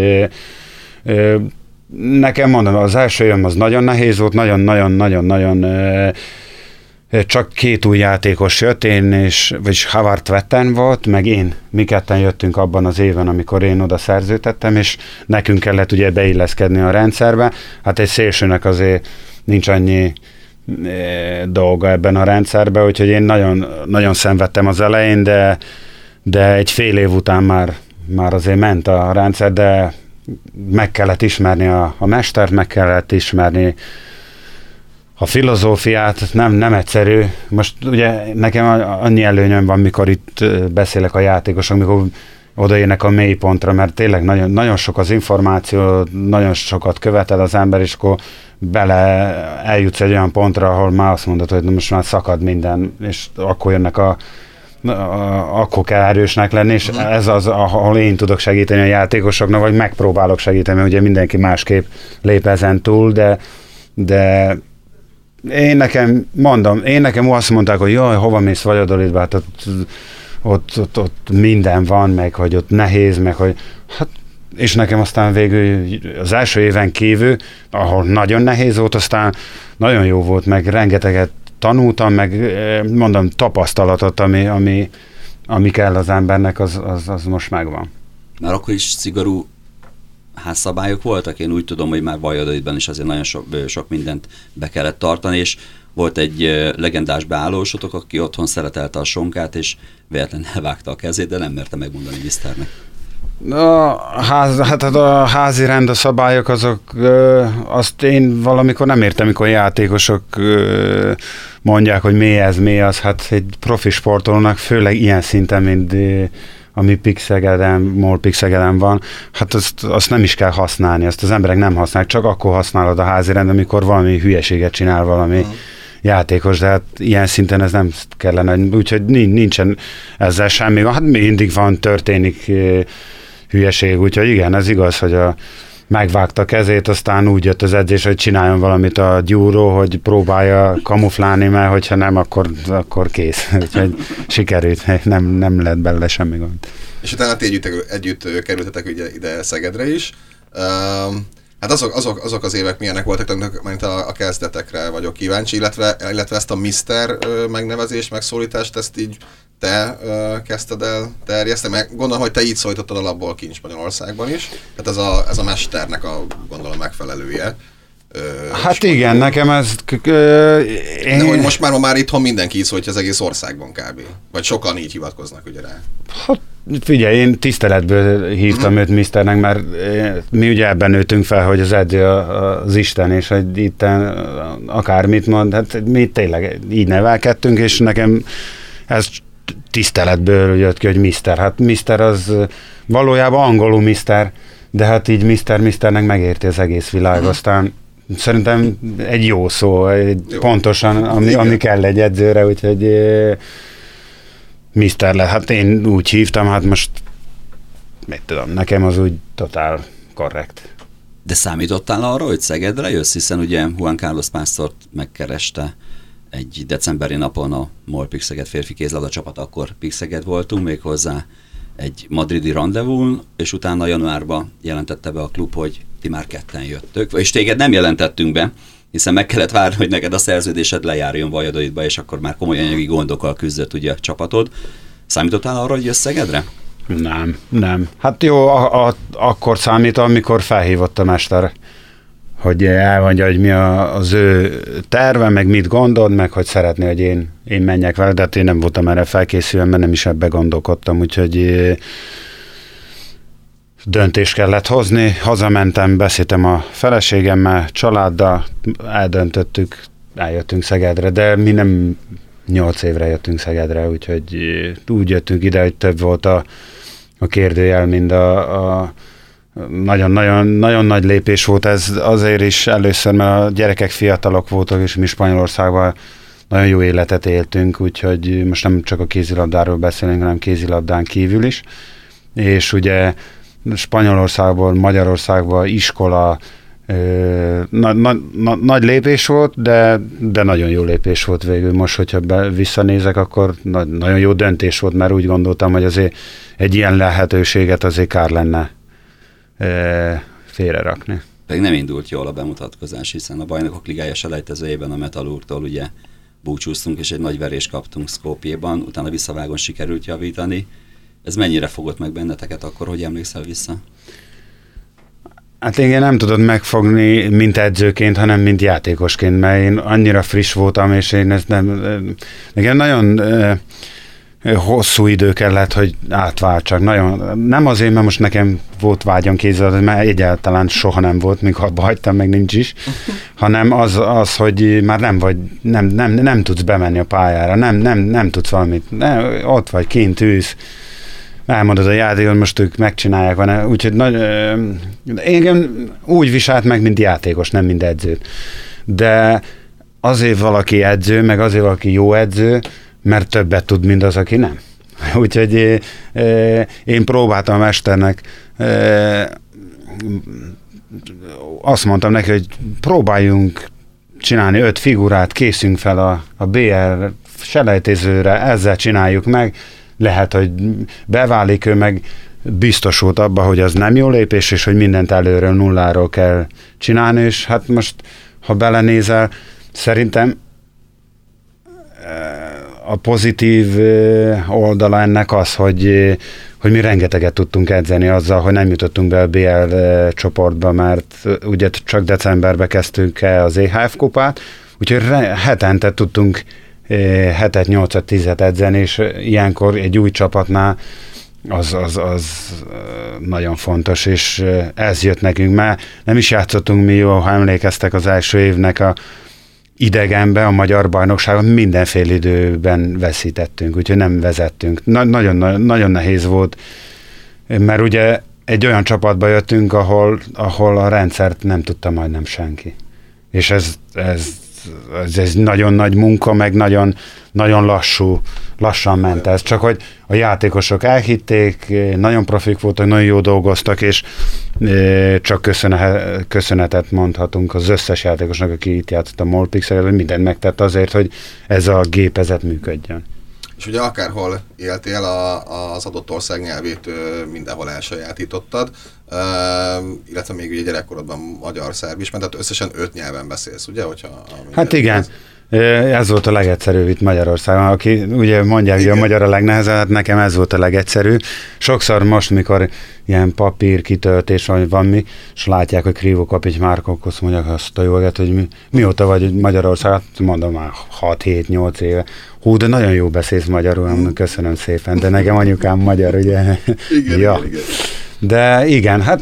nekem mondom, az első évem az nagyon nehéz volt, nagyon csak 2 új játékos jött, vagyis Havard Vetten volt, meg én. Mi ketten jöttünk abban az évben, amikor én oda szerződtettem, és nekünk kellett ugye beilleszkedni a rendszerbe. Hát egy szélsőnek azért nincs annyi dolga ebben a rendszerben, úgyhogy én nagyon szenvedtem az elején, de egy fél év után már azért ment a rendszer, de meg kellett ismerni a mestert, meg kellett ismerni a filozófiát nem egyszerű. Most ugye nekem annyi előnyöm van, mikor itt beszélek a játékosok, mikor odaérnek a mélypontra, mert tényleg nagyon, nagyon sok az információ, nagyon sokat követel az ember, és akkor eljutsz egy olyan pontra, ahol már azt mondod, hogy most már szakad minden, és akkor jönnek akkor kell erősnek lenni, és ez az, ahol én tudok segíteni a játékosoknak, vagy megpróbálok segíteni, mert ugye mindenki másképp lép ezen túl, de én nekem azt mondták, hogy jaj, hova mész Valladolidba, hát ott minden van, meg hogy ott nehéz, meg hogy hát, és nekem aztán végül az első éven kívül, ahol nagyon nehéz volt, aztán nagyon jó volt, meg rengeteget tanultam, meg mondom, tapasztalatot, ami kell az embernek, az most megvan. Már akkor is szigorú házszabályok voltak? Én úgy tudom, hogy már Valladolidban is azért nagyon sok mindent be kellett tartani, és volt egy legendás beállósotok, aki otthon szeretelte a sonkát, és véletlenül elvágta a kezét, de nem merte megmondani miszternek. A házi rend, a szabályok, azt én valamikor nem értem, mikor játékosok mondják, hogy mi az, hát egy profi sportolónak, főleg ilyen szinten, mint ami MOL Pixegeden van, hát azt nem is kell használni, azt az emberek nem használják, csak akkor használod a házi rend, amikor valami hülyeséget csinál valami játékos, de hát ilyen szinten ez nem kellene, úgyhogy nincsen ezzel semmi, hát mindig történik hülyeség, úgyhogy igen, ez igaz, hogy megvágta a kezét, aztán úgy jött az edzés, hogy csináljon valamit a gyúró, hogy próbálja kamuflálni, mert hogyha nem, akkor kész. Úgyhogy sikerült, nem lett belőle semmi gond. És utána ti együtt kerültetek ugye ide Szegedre is. Hát azok az évek milyenek voltak, mint a kezdetekre vagyok kíváncsi, illetve ezt a Mister megnevezést, megszólítást, ezt így te kezdted el terjeszteni, mert gondolom, hogy te így szólítottad alapból kincs Magyarországban is, tehát ez a mesternek a gondolom megfelelője. Hát igen, nekem ez... De hogy most már itthon mindenki így szólítja az egész országban kb. Vagy sokan így hivatkoznak ugye rá. Hát figyelj, én tiszteletből hívtam őt Misternek, mert mi ugye ebben nőttünk fel, hogy az edző az Isten, és hogy itt akármit mond, hát mi tényleg így nevelkedtünk, és nekem ez tiszteletből jött ki, hogy Mister. Hát Mister az valójában angolul Mister, de hát így Misternek megérti az egész világ. Aztán szerintem egy jó szó, pontosan, ami kell egy edzőre, úgyhogy Mister lett. Hát én úgy hívtam, hát most mit tudom, nekem az úgy totál korrekt. De számítottál arra, hogy Szegedre jössz, hiszen ugye Juan Carlos Pásztort megkereste egy decemberi napon a MOL Pixeged férfi kézilabda csapat, akkor Pixeged voltunk, méghozzá egy madridi rendezvún, és utána januárban jelentette be a klub, hogy ti már ketten jöttök, és téged nem jelentettünk be, hiszen meg kellett várni, hogy neked a szerződésed lejárjon Valladolidba, és akkor már komoly anyagi gondokkal küzdött ugye a csapatod. Számítottál arra, hogy jössz Szegedre? Nem. Hát jó, akkor számít, amikor felhívott a mester, hogy elmondja, hogy mi az ő terve, meg mit gondol, meg hogy szeretné, hogy én menjek vele, de hát én nem voltam erre felkészülve, mert nem is ebbe gondolkodtam, úgyhogy döntést kellett hozni. Hazamentem, beszéltem a feleségemmel, családdal, eldöntöttük, eljöttünk Szegedre, de mi nem 8 évre jöttünk Szegedre, úgyhogy úgy jöttünk ide, hogy több volt a kérdőjel, mint a nagyon nagy lépés volt ez azért is először, mert a gyerekek fiatalok voltak, és mi Spanyolországban nagyon jó életet éltünk, úgyhogy most nem csak a kézilabdáról beszélünk, hanem kézilabdán kívül is. És ugye Spanyolországból, Magyarországban iskola nagy lépés volt, de nagyon jó lépés volt végül. Most, hogyha visszanézek, akkor nagyon jó döntés volt, mert úgy gondoltam, hogy azért egy ilyen lehetőséget azért kár lenne félrerakni. Pedig nem indult jól a bemutatkozás, hiszen a Bajnokok Ligája selejtezőjében a Metalurgtól ugye búcsúztunk, és egy nagy verést kaptunk Skopjéban, utána visszavágon sikerült javítani. Ez mennyire fogott meg benneteket akkor, hogy emlékszel vissza? Hát én nem tudod megfogni, mint edzőként, hanem mint játékosként, mert én annyira friss voltam, és én ezt nem... Nekem nagyon hosszú idő kellett, hogy átváltsak. Nagyon, nem azért, mert most nekem volt vágyam kézzel, mert egyáltalán soha nem volt, míg abba hagytam, meg nincs is, hanem az, hogy már nem tudsz bemenni a pályára, nem tudsz valamit, ott vagy, kint ülsz, elmondod a játékot, most ők megcsinálják, van, úgyhogy engem úgy viselt meg, mint játékos, nem mint edző. De azért valaki edző, meg azért valaki jó edző, mert többet tud, mint az, aki nem. Úgyhogy én próbáltam a mesternek, azt mondtam neki, hogy próbáljunk csinálni 5 figurát, készünk fel a BR selejtezőre, ezzel csináljuk meg, lehet, hogy beválik, ő meg biztosult abba, hogy az nem jó lépés, és hogy mindent előről, nulláról kell csinálni, és hát most, ha belenézel, szerintem a pozitív oldala ennek az, hogy mi rengeteget tudtunk edzeni azzal, hogy nem jutottunk be a BL csoportba, mert ugye csak decemberben kezdtünk el az EHF kupát, úgyhogy hetente tudtunk 7-8-10 edzeni, és ilyenkor egy új csapatnál az nagyon fontos, és ez jött nekünk, mert nem is játszottunk mi jól, ha emlékeztek az első évnek a idegenbe, a magyar bajnokságon mindenféle időben veszítettünk, úgyhogy nem vezettünk. Nagyon nehéz volt, mert ugye egy olyan csapatba jöttünk, ahol a rendszert nem tudta majdnem senki. És ez nagyon nagy munka, meg nagyon lassan ment ez. Csak hogy a játékosok elhitték, nagyon profik voltak, nagyon jó dolgoztak, és csak köszönetet mondhatunk az összes játékosnak, aki itt játszott a Molpixel, hogy mindent megtett azért, hogy ez a gépezet működjön. És ugye akárhol éltél, az adott ország nyelvét mindenhol elsajátítottad, illetve még ugye gyerekkorodban magyar-szerb is, mert tehát összesen 5 nyelven beszélsz, ugye? Hát igen. Ez volt a legegyszerűbb itt Magyarországon. Aki ugye mondják, hogy a magyar a legnehezebb, hát nekem ez volt a legegyszerűbb. Sokszor most, mikor ilyen papír kitöltés van mi, és látják, hogy Krivó Kapics Márkókhoz mondják azt a jóget, hogy mióta vagy Magyarország, mondom már 6-7-8 éve. Hú, de nagyon jó beszélsz magyarul, köszönöm szépen, de nekem anyukám magyar, ugye? Igen, ja. igen. De igen, hát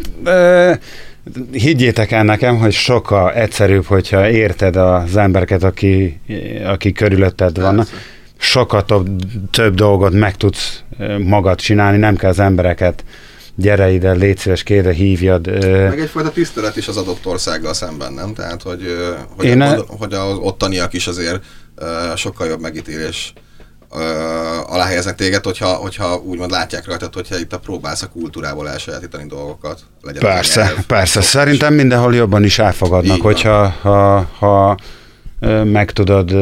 higgyétek el nekem, hogy sokkal egyszerűbb, hogyha érted az embereket, aki körülötted vannak, sokkal több dolgot meg tudsz magad csinálni, nem kell az embereket, gyere ide, légy szíves, kérre, hívjad. Meg egyfajta tisztelet is az adott országgal szemben, nem? Tehát, hogy az ottaniak is azért sokkal jobb megítélés alá helyeznek téged, hogyha úgymond látják rajtad, hogyha itt próbálsz a kultúrából elsajátítani dolgokat. Persze. Szerintem mindenhol jobban is elfogadnak, hogyha meg tudod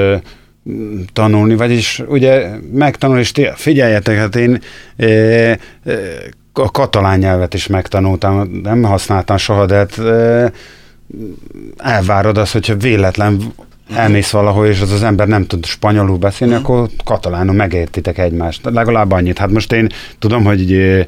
tanulni, vagyis ugye megtanulni, és figyeljetek, hát én a katalán nyelvet is megtanultam, nem használtam soha, de hát elvárod azt, hogyha véletlen elmész valahol, és az ember nem tud spanyolul beszélni, akkor katalánul megértitek egymást. Legalább annyit. Hát most én tudom, hogy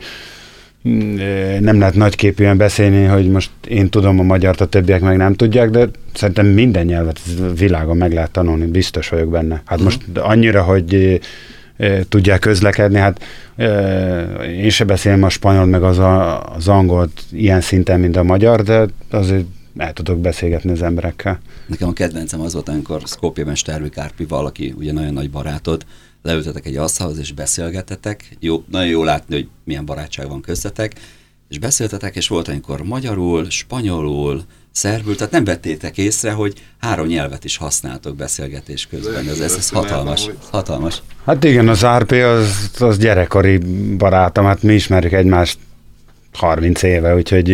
nem lehet nagyképűen beszélni, hogy most én tudom a magyart, a többiek meg nem tudják, de szerintem minden nyelvet világon meg lehet tanulni, biztos vagyok benne. Hát most annyira, hogy tudják közlekedni, hát én se beszélem a spanyol, meg az angolt ilyen szinten, mint a magyar, de azért el tudok beszélgetni az emberekkel. Nekem a kedvencem az volt, amikor Skopjeben Stervi Kárpival, aki ugye nagyon nagy barátod, leültetek egy asztalhoz és beszélgetetek. Jó, nagyon jó látni, hogy milyen barátság van köztetek, és beszéltetek, és volt amikor magyarul, spanyolul, szerbül, tehát nem vettétek észre, hogy 3 nyelvet is használtok beszélgetés közben. Ez hatalmas. Hát igen, az RP az gyerekkori barátom, hát mi ismerjük egymást 30 éve, úgyhogy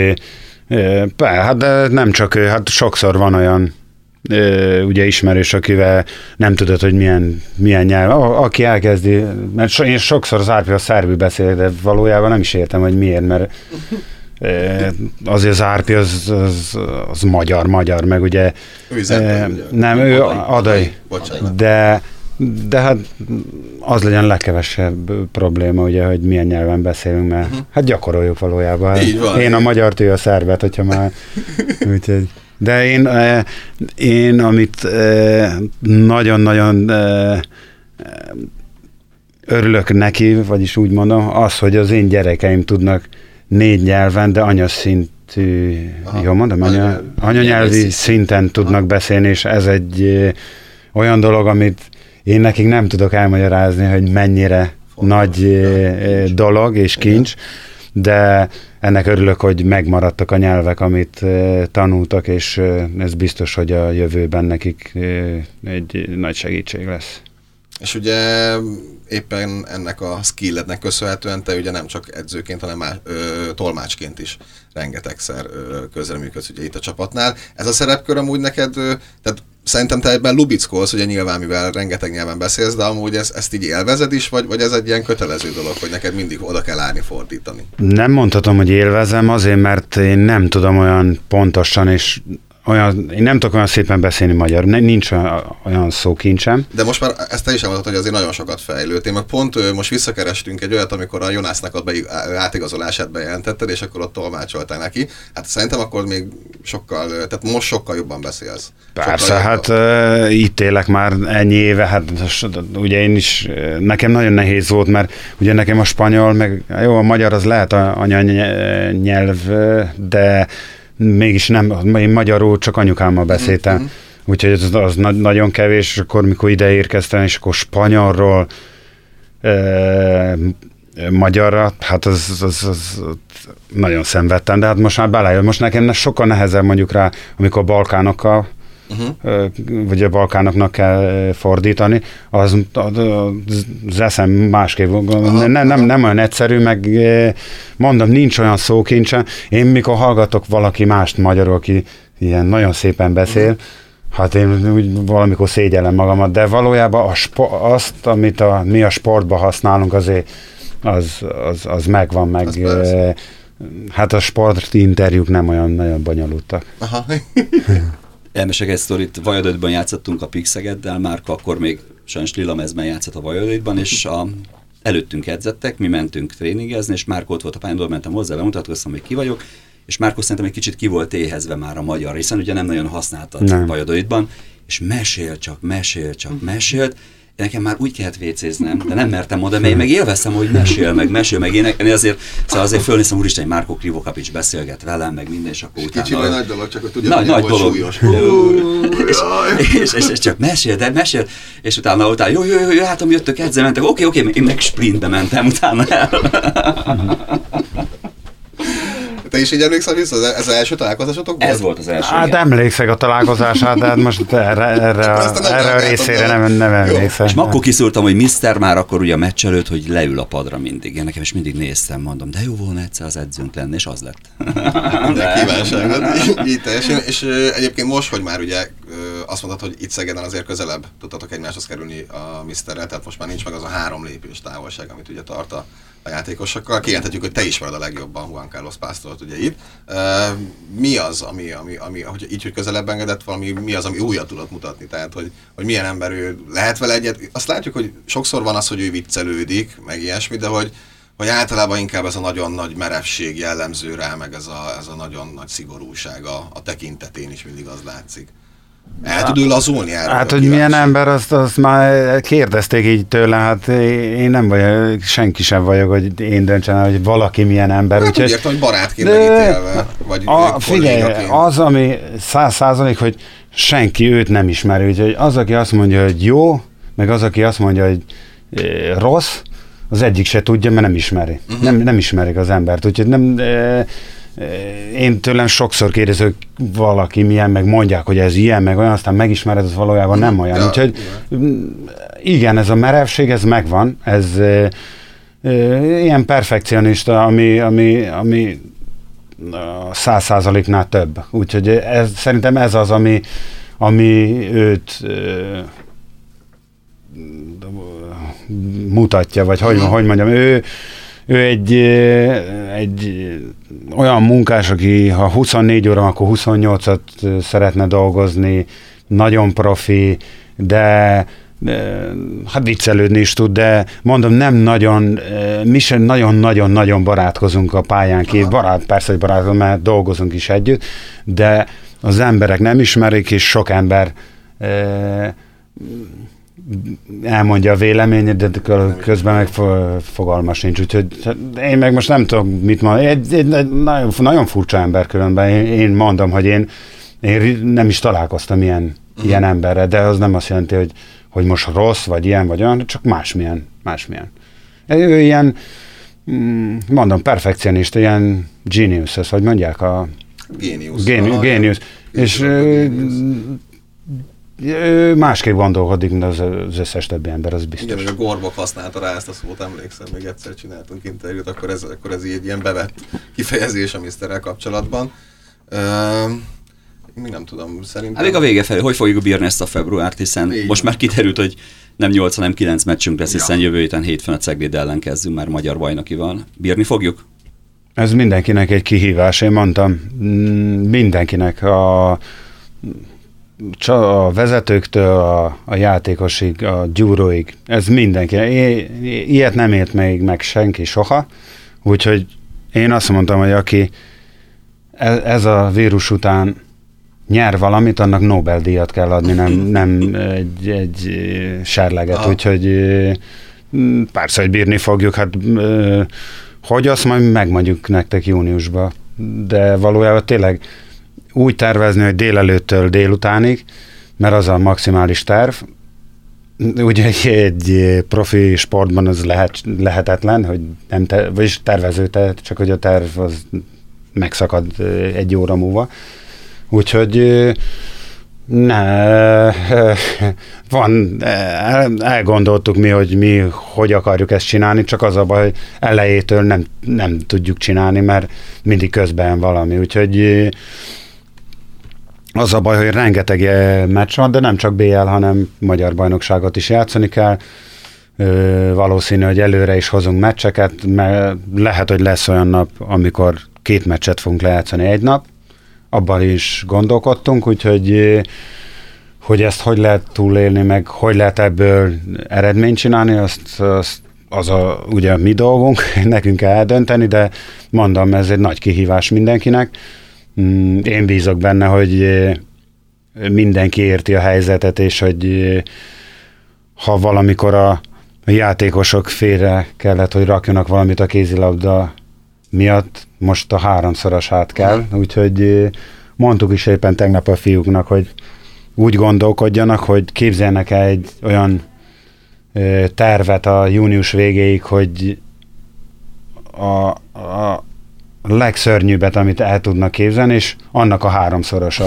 hát de nem csak ő, hát sokszor van olyan ugye ismerős, akivel nem tudod, hogy milyen nyelv. Aki elkezdi, mert én sokszor az RP a szerbül beszélek, de valójában nem is értem, hogy miért, mert azért az RP az magyar, meg ugye nem, ő adai, de hát az legyen legkevesebb probléma, ugye, hogy milyen nyelven beszélünk, mert hát gyakoroljuk valójában. Én a magyart, ő a szerbet, hogyha már úgyhogy. De én amit nagyon-nagyon örülök neki, vagyis úgy mondom, az, hogy az én gyerekeim tudnak 4 nyelven, de anyaszintű, jól mondom, anyanyelvi szinten tudnak beszélni, és ez egy olyan dolog, amit én nekik nem tudok elmagyarázni, hogy mennyire nagy dolog és kincs, de ennek örülök, hogy megmaradtak a nyelvek, amit tanultak, és ez biztos, hogy a jövőben nekik egy nagy segítség lesz. És ugye éppen ennek a skilletnek köszönhetően te ugye nem csak edzőként, hanem tolmácsként is rengetegszer közreműködsz ugye itt a csapatnál. Ez a szerepkör amúgy neked, tehát szerintem te ebben lubickolsz, ugye nyilván, mivel rengeteg nyelven beszélsz, de amúgy ezt így élvezed is, vagy ez egy ilyen kötelező dolog, hogy neked mindig oda kell állni fordítani? Nem mondhatom, hogy élvezem, azért, mert én nem tudom olyan pontosan, és én nem tudok olyan szépen beszélni magyar, nincs olyan szókincsem. De most már ezt te is elmondtad, hogy azért nagyon sokat fejlődtél, meg pont most visszakerestünk egy olyat, amikor a Jonásznak a átigazolását bejelentetted, és akkor ott tolmácsoltál neki. Hát szerintem akkor még sokkal, tehát most sokkal jobban beszélsz. Persze, hát itt élek már ennyi éve, hát ugye én is, nekem nagyon nehéz volt, mert ugye nekem a spanyol, meg jó, a magyar az lehet anyanyelv, de mégis nem, én magyarul csak anyukámmal beszéltem, úgyhogy az nagyon kevés, és akkor mikor ide érkeztem, és akkor spanyolról magyarra, hát az nagyon szenvedtem, de hát most már belejön. Most nekem sokkal nehezebb mondjuk rá, amikor Balkánokkal, vagy a balkánoknak kell fordítani, az eszem másképp, nem olyan egyszerű, meg mondom, nincs olyan szókincsen. Én mikor hallgatok valaki mást magyarul, aki ilyen nagyon szépen beszél, hát én úgy valamikor szégyellem magamat, de valójában azt, amit mi a sportban használunk, azért az megvan, meg hát a sportinterjúk nem olyan nagyon bonyolultak. Aha. Elmesek egy sztorit, Vajadödben játszottunk a Pixegeddel, Márka akkor még sajnos Lilamezben játszott a Vajadödben, és előttünk edzettek, mi mentünk tréningezni, és Márka ott volt a pályán, mentem hozzá, bemutatkoztam, hogy ki vagyok, és Márko szerintem egy kicsit ki volt éhezve már a magyar, hiszen ugye nem nagyon használtad Vajadödben, és mesélt, nekem már úgy kellett vécéznem, de nem mertem oda, mert én meg élveztem, hogy mesél meg. Én azért fölnéztem, úristen, hogy Márko Krivokapics beszélget velem, meg minden, és akkor utána... Kicsi vagy nagy dolog, csak hogy tudja, nagy hogy dolog. Súlyos. És csak mesél, és utána jó, hát jöttök edzeni, mentek, oké, én meg sprintbe mentem utána el. Te is így emlékszel vissza? Ez az első találkozásotok volt? Ez volt az első. Hát emlékszek a találkozását, de hát most erre a részére nem emlékszem. És akkor kiszúrtam, hogy Mister már akkor ugye a meccs előtt, hogy leül a padra mindig. Én nekem is mindig néztem, mondom, de jó volna egyszer az edzőnk lenni, és az lett. De kívánságot, így teljesen. És egyébként most, hogy már ugye azt mondtad, hogy itt Szegeden azért közelebb tudtatok egymáshoz kerülni a Misterrel, tehát most már nincs meg az a 3 lépés távolság, amit ugye tart a játékosokkal. Kijelenthetjük, hogy te ismered a legjobban Juan Carlos Pásztort ugye itt. Mi az, ami hogy így, hogy közelebb engedett valami, mi az, ami újat tudod mutatni? Tehát, hogy milyen ember ő, lehet vele egyet? Azt látjuk, hogy sokszor van az, hogy ő viccelődik, meg ilyesmi, de hogy általában inkább ez a nagyon nagy merevség jellemző rá, meg ez a nagyon nagy szigorúság a tekintetén is mindig az látszik. El tud ő lazulni erről? Hát, hogy milyen ember, azt már kérdezték így tőle, hát én nem vagyok, senki sem vagyok, hogy én döntsem, hogy valaki milyen ember. Hát úgy értem, hogy barátként megítélve, vagy figyelj, az, ami 100%, hogy senki őt nem ismeri, úgyhogy az, aki azt mondja, hogy jó, meg az, aki azt mondja, hogy rossz, az egyik se tudja, mert nem ismeri. Nem ismerik az embert, úgyhogy nem... Én tőlem sokszor kérdező, valaki milyen, meg mondják, hogy ez ilyen, meg olyan, aztán megismered, az valójában nem olyan. Úgyhogy igen, ez a merevség, ez megvan, ez ilyen perfekcionista, ami 100%-nál több. Úgyhogy szerintem ez az, ami őt mutatja, vagy hogy mondjam, ő egy olyan munkás, aki ha 24 óra, akkor 28-at szeretne dolgozni, nagyon profi, de hát viccelődni is tud, de mondom, nem nagyon, mi sem nagyon-nagyon-nagyon barátkozunk a pályán kívül. Persze, hogy barátkozunk, mert dolgozunk is együtt, de az emberek nem ismerik, és sok ember elmondja a véleményét, de közben meg fogalma sincs. Úgyhogy én meg most nem tudom, mit mondani. Egy nagyon, nagyon furcsa ember különben. Én mondom, hogy én nem is találkoztam ilyen emberre, de az nem azt jelenti, hogy most rossz, vagy ilyen, vagy olyan, csak másmilyen. Ő ilyen, mondom, perfekcionista, ilyen genius, ezt hogy mondják a... Géniusz. És ő másképp gondolkodik, mint az összes többi ember, az biztos. Igen, hogy a Gorbok használta rá ezt a szót, emlékszem, még egyszer csináltunk interjút, akkor ez egy ilyen bevett kifejezés a Misterrel kapcsolatban. Még nem tudom, szerintem... Még a vége felé, hogy fogjuk bírni ezt a februárt, hiszen most már kiderült, hogy nem 8, hanem 9 meccsünk lesz, hiszen jövő héten hétfőn a Cegléd ellen kezdünk már magyar bajnokival. Bírni fogjuk? Ez mindenkinek egy kihívás, én mondtam, mindenkinek, a vezetőktől, a játékosig, a gyúróig, ez mindenkinek. Ilyet nem ért még meg senki soha, úgyhogy én azt mondtam, hogy aki ez a vírus után nyer valamit, annak Nobel-díjat kell adni, nem egy serleget, úgyhogy persze, hogy bírni fogjuk, hát hogy azt majd megmondjuk nektek júniusban, de valójában tényleg úgy tervezni, hogy délelőttől délutánig, mert az a maximális terv. Ugye egy profi sportban az lehetetlen, hogy nem vagyis tervező, csak hogy a terv az megszakad egy óra múlva. Úgyhogy elgondoltuk mi, hogy akarjuk ezt csinálni, csak az a baj, hogy elejétől nem tudjuk csinálni, mert mindig közben valami. Úgyhogy az a baj, hogy rengeteg meccs van, de nem csak BL, hanem magyar bajnokságot is játszani kell. Valószínű, hogy előre is hozunk meccseket, mert lehet, hogy lesz olyan nap, amikor 2 meccset fogunk lejátszani egy nap. Abban is gondolkodtunk, úgyhogy hogy ezt hogy lehet túlélni, meg hogy lehet ebből eredményt csinálni, az ugye a mi dolgunk, nekünk kell eldönteni, de mondom, ez egy nagy kihívás mindenkinek. Én bízok benne, hogy mindenki érti a helyzetet, és hogy ha valamikor a játékosok félre kellett, hogy rakjanak valamit a kézilabda miatt, most a 3-szoros át kell, úgyhogy mondtuk is éppen tegnap a fiúknak, hogy úgy gondolkodjanak, hogy képzeljenek el egy olyan tervet a június végéig, hogy a legszörnyűbbet, amit el tudnak képzelni, és annak a 3-szoros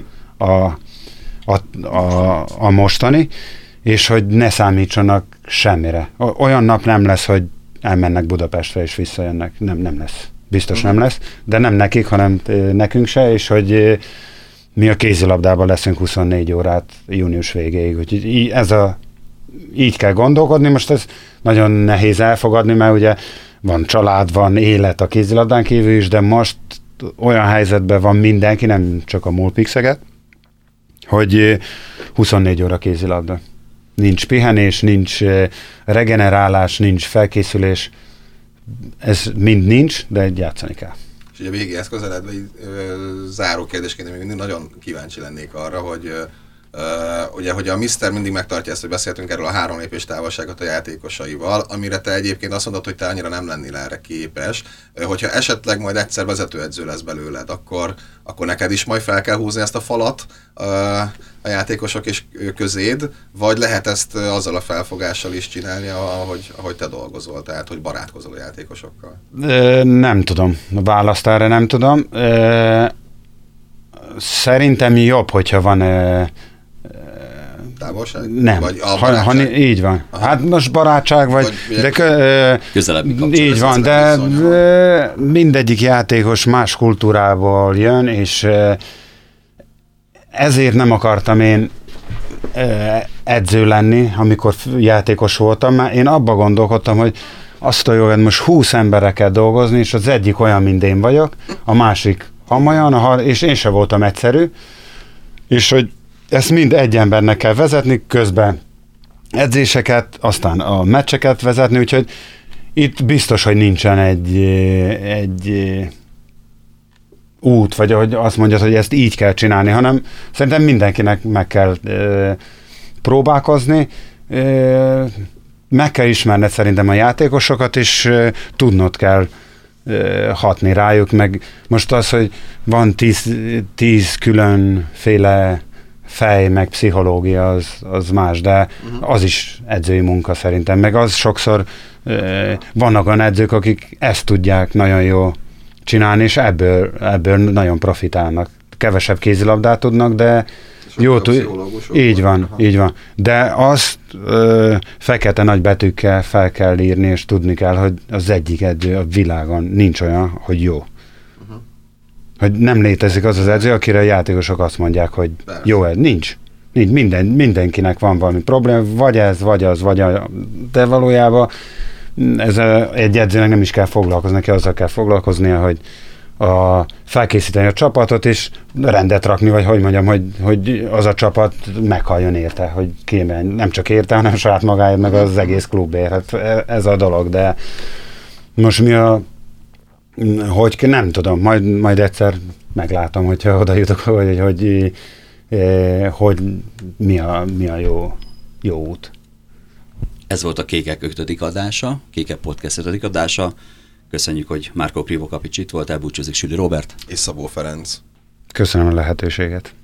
a mostani, és hogy ne számítsanak semmire. Olyan nap nem lesz, hogy elmennek Budapestre és visszajönnek. Nem lesz. Biztos nem lesz. De nem nekik, hanem nekünk se, és hogy mi a kézilabdában leszünk 24 órát június végéig. Úgyhogy így kell gondolkodni. Most ez nagyon nehéz elfogadni, mert ugye van család, van élet a kézilabdán kívül is, de most olyan helyzetben van mindenki, nem csak a Múlpixeget, hogy 24 óra kézilabda. Nincs pihenés, nincs regenerálás, nincs felkészülés. Ez mind nincs, de játszani kell. És ugye a végéhez közeledve záró kérdésként még mindig nagyon kíváncsi lennék arra, hogy ugye, hogy a Mister mindig megtartja ezt, hogy beszéltünk erről a 3 lépés távolságot a játékosaival, amire te egyébként azt mondod, hogy te annyira nem lennél erre képes. Hogyha esetleg majd egyszer vezetőedző lesz belőled, akkor neked is majd fel kell húzni ezt a falat a játékosok és közéd, vagy lehet ezt azzal a felfogással is csinálni, ahogy te dolgozol, tehát hogy barátkozol a játékosokkal? Nem tudom. A választ erre nem tudom. Szerintem jobb, hogyha van távolság? Nem. Vagy így van. Aha. Hát most barátság vagy de közelebbi kapcsolat. Így van, de mindegyik játékos más kultúrából jön, és ezért nem akartam én edző lenni, amikor játékos voltam, mert én abba gondolkodtam, hogy azt a jogát most 20 emberre kell dolgozni, és az egyik olyan, mint én vagyok, a másik amolyan, és én sem voltam egyszerű, és hogy ezt mind egy embernek kell vezetni, közben edzéseket, aztán a meccseket vezetni, úgyhogy itt biztos, hogy nincsen egy út, vagy ahogy azt mondjad, hogy ezt így kell csinálni, hanem szerintem mindenkinek meg kell próbálkozni. meg kell ismerned szerintem a játékosokat, és tudnod kell hatni rájuk, meg most az, hogy van 10 különféle fej, meg pszichológia, az más, de az is edzői munka szerintem, meg az sokszor vannak olyan edzők, akik ezt tudják nagyon jól csinálni, és ebből nagyon profitálnak. Kevesebb kézilabdát tudnak, de jó, így van. De azt fekete nagy betűkkel fel kell írni, és tudni kell, hogy az egyik edző a világon nincs olyan, hogy jó. Hogy nem létezik az edző, akire a játékosok azt mondják, hogy jó, nincs. Mindenkinek van valami probléma, vagy ez, vagy az, de valójában egy edzőnek nem is kell foglalkozni, neki azzal kell foglalkoznia, hogy felkészíteni a csapatot, és rendet rakni, vagy hogy mondjam, hogy az a csapat meghalljon érte, hogy kémen, nem csak érte, hanem saját magáért, meg az egész klubért. Hát ez a dolog, de most hogy nem tudom, majd egyszer meglátom, hogyha oda jutok, hogy mi a jó út. Ez volt a Kékek 5. adása, Kékek Podcast 5. adása. Köszönjük, hogy Márko Krivokapics itt volt, elbúcsúzik Süli Róbert. És Szabó Ferenc. Köszönöm a lehetőséget.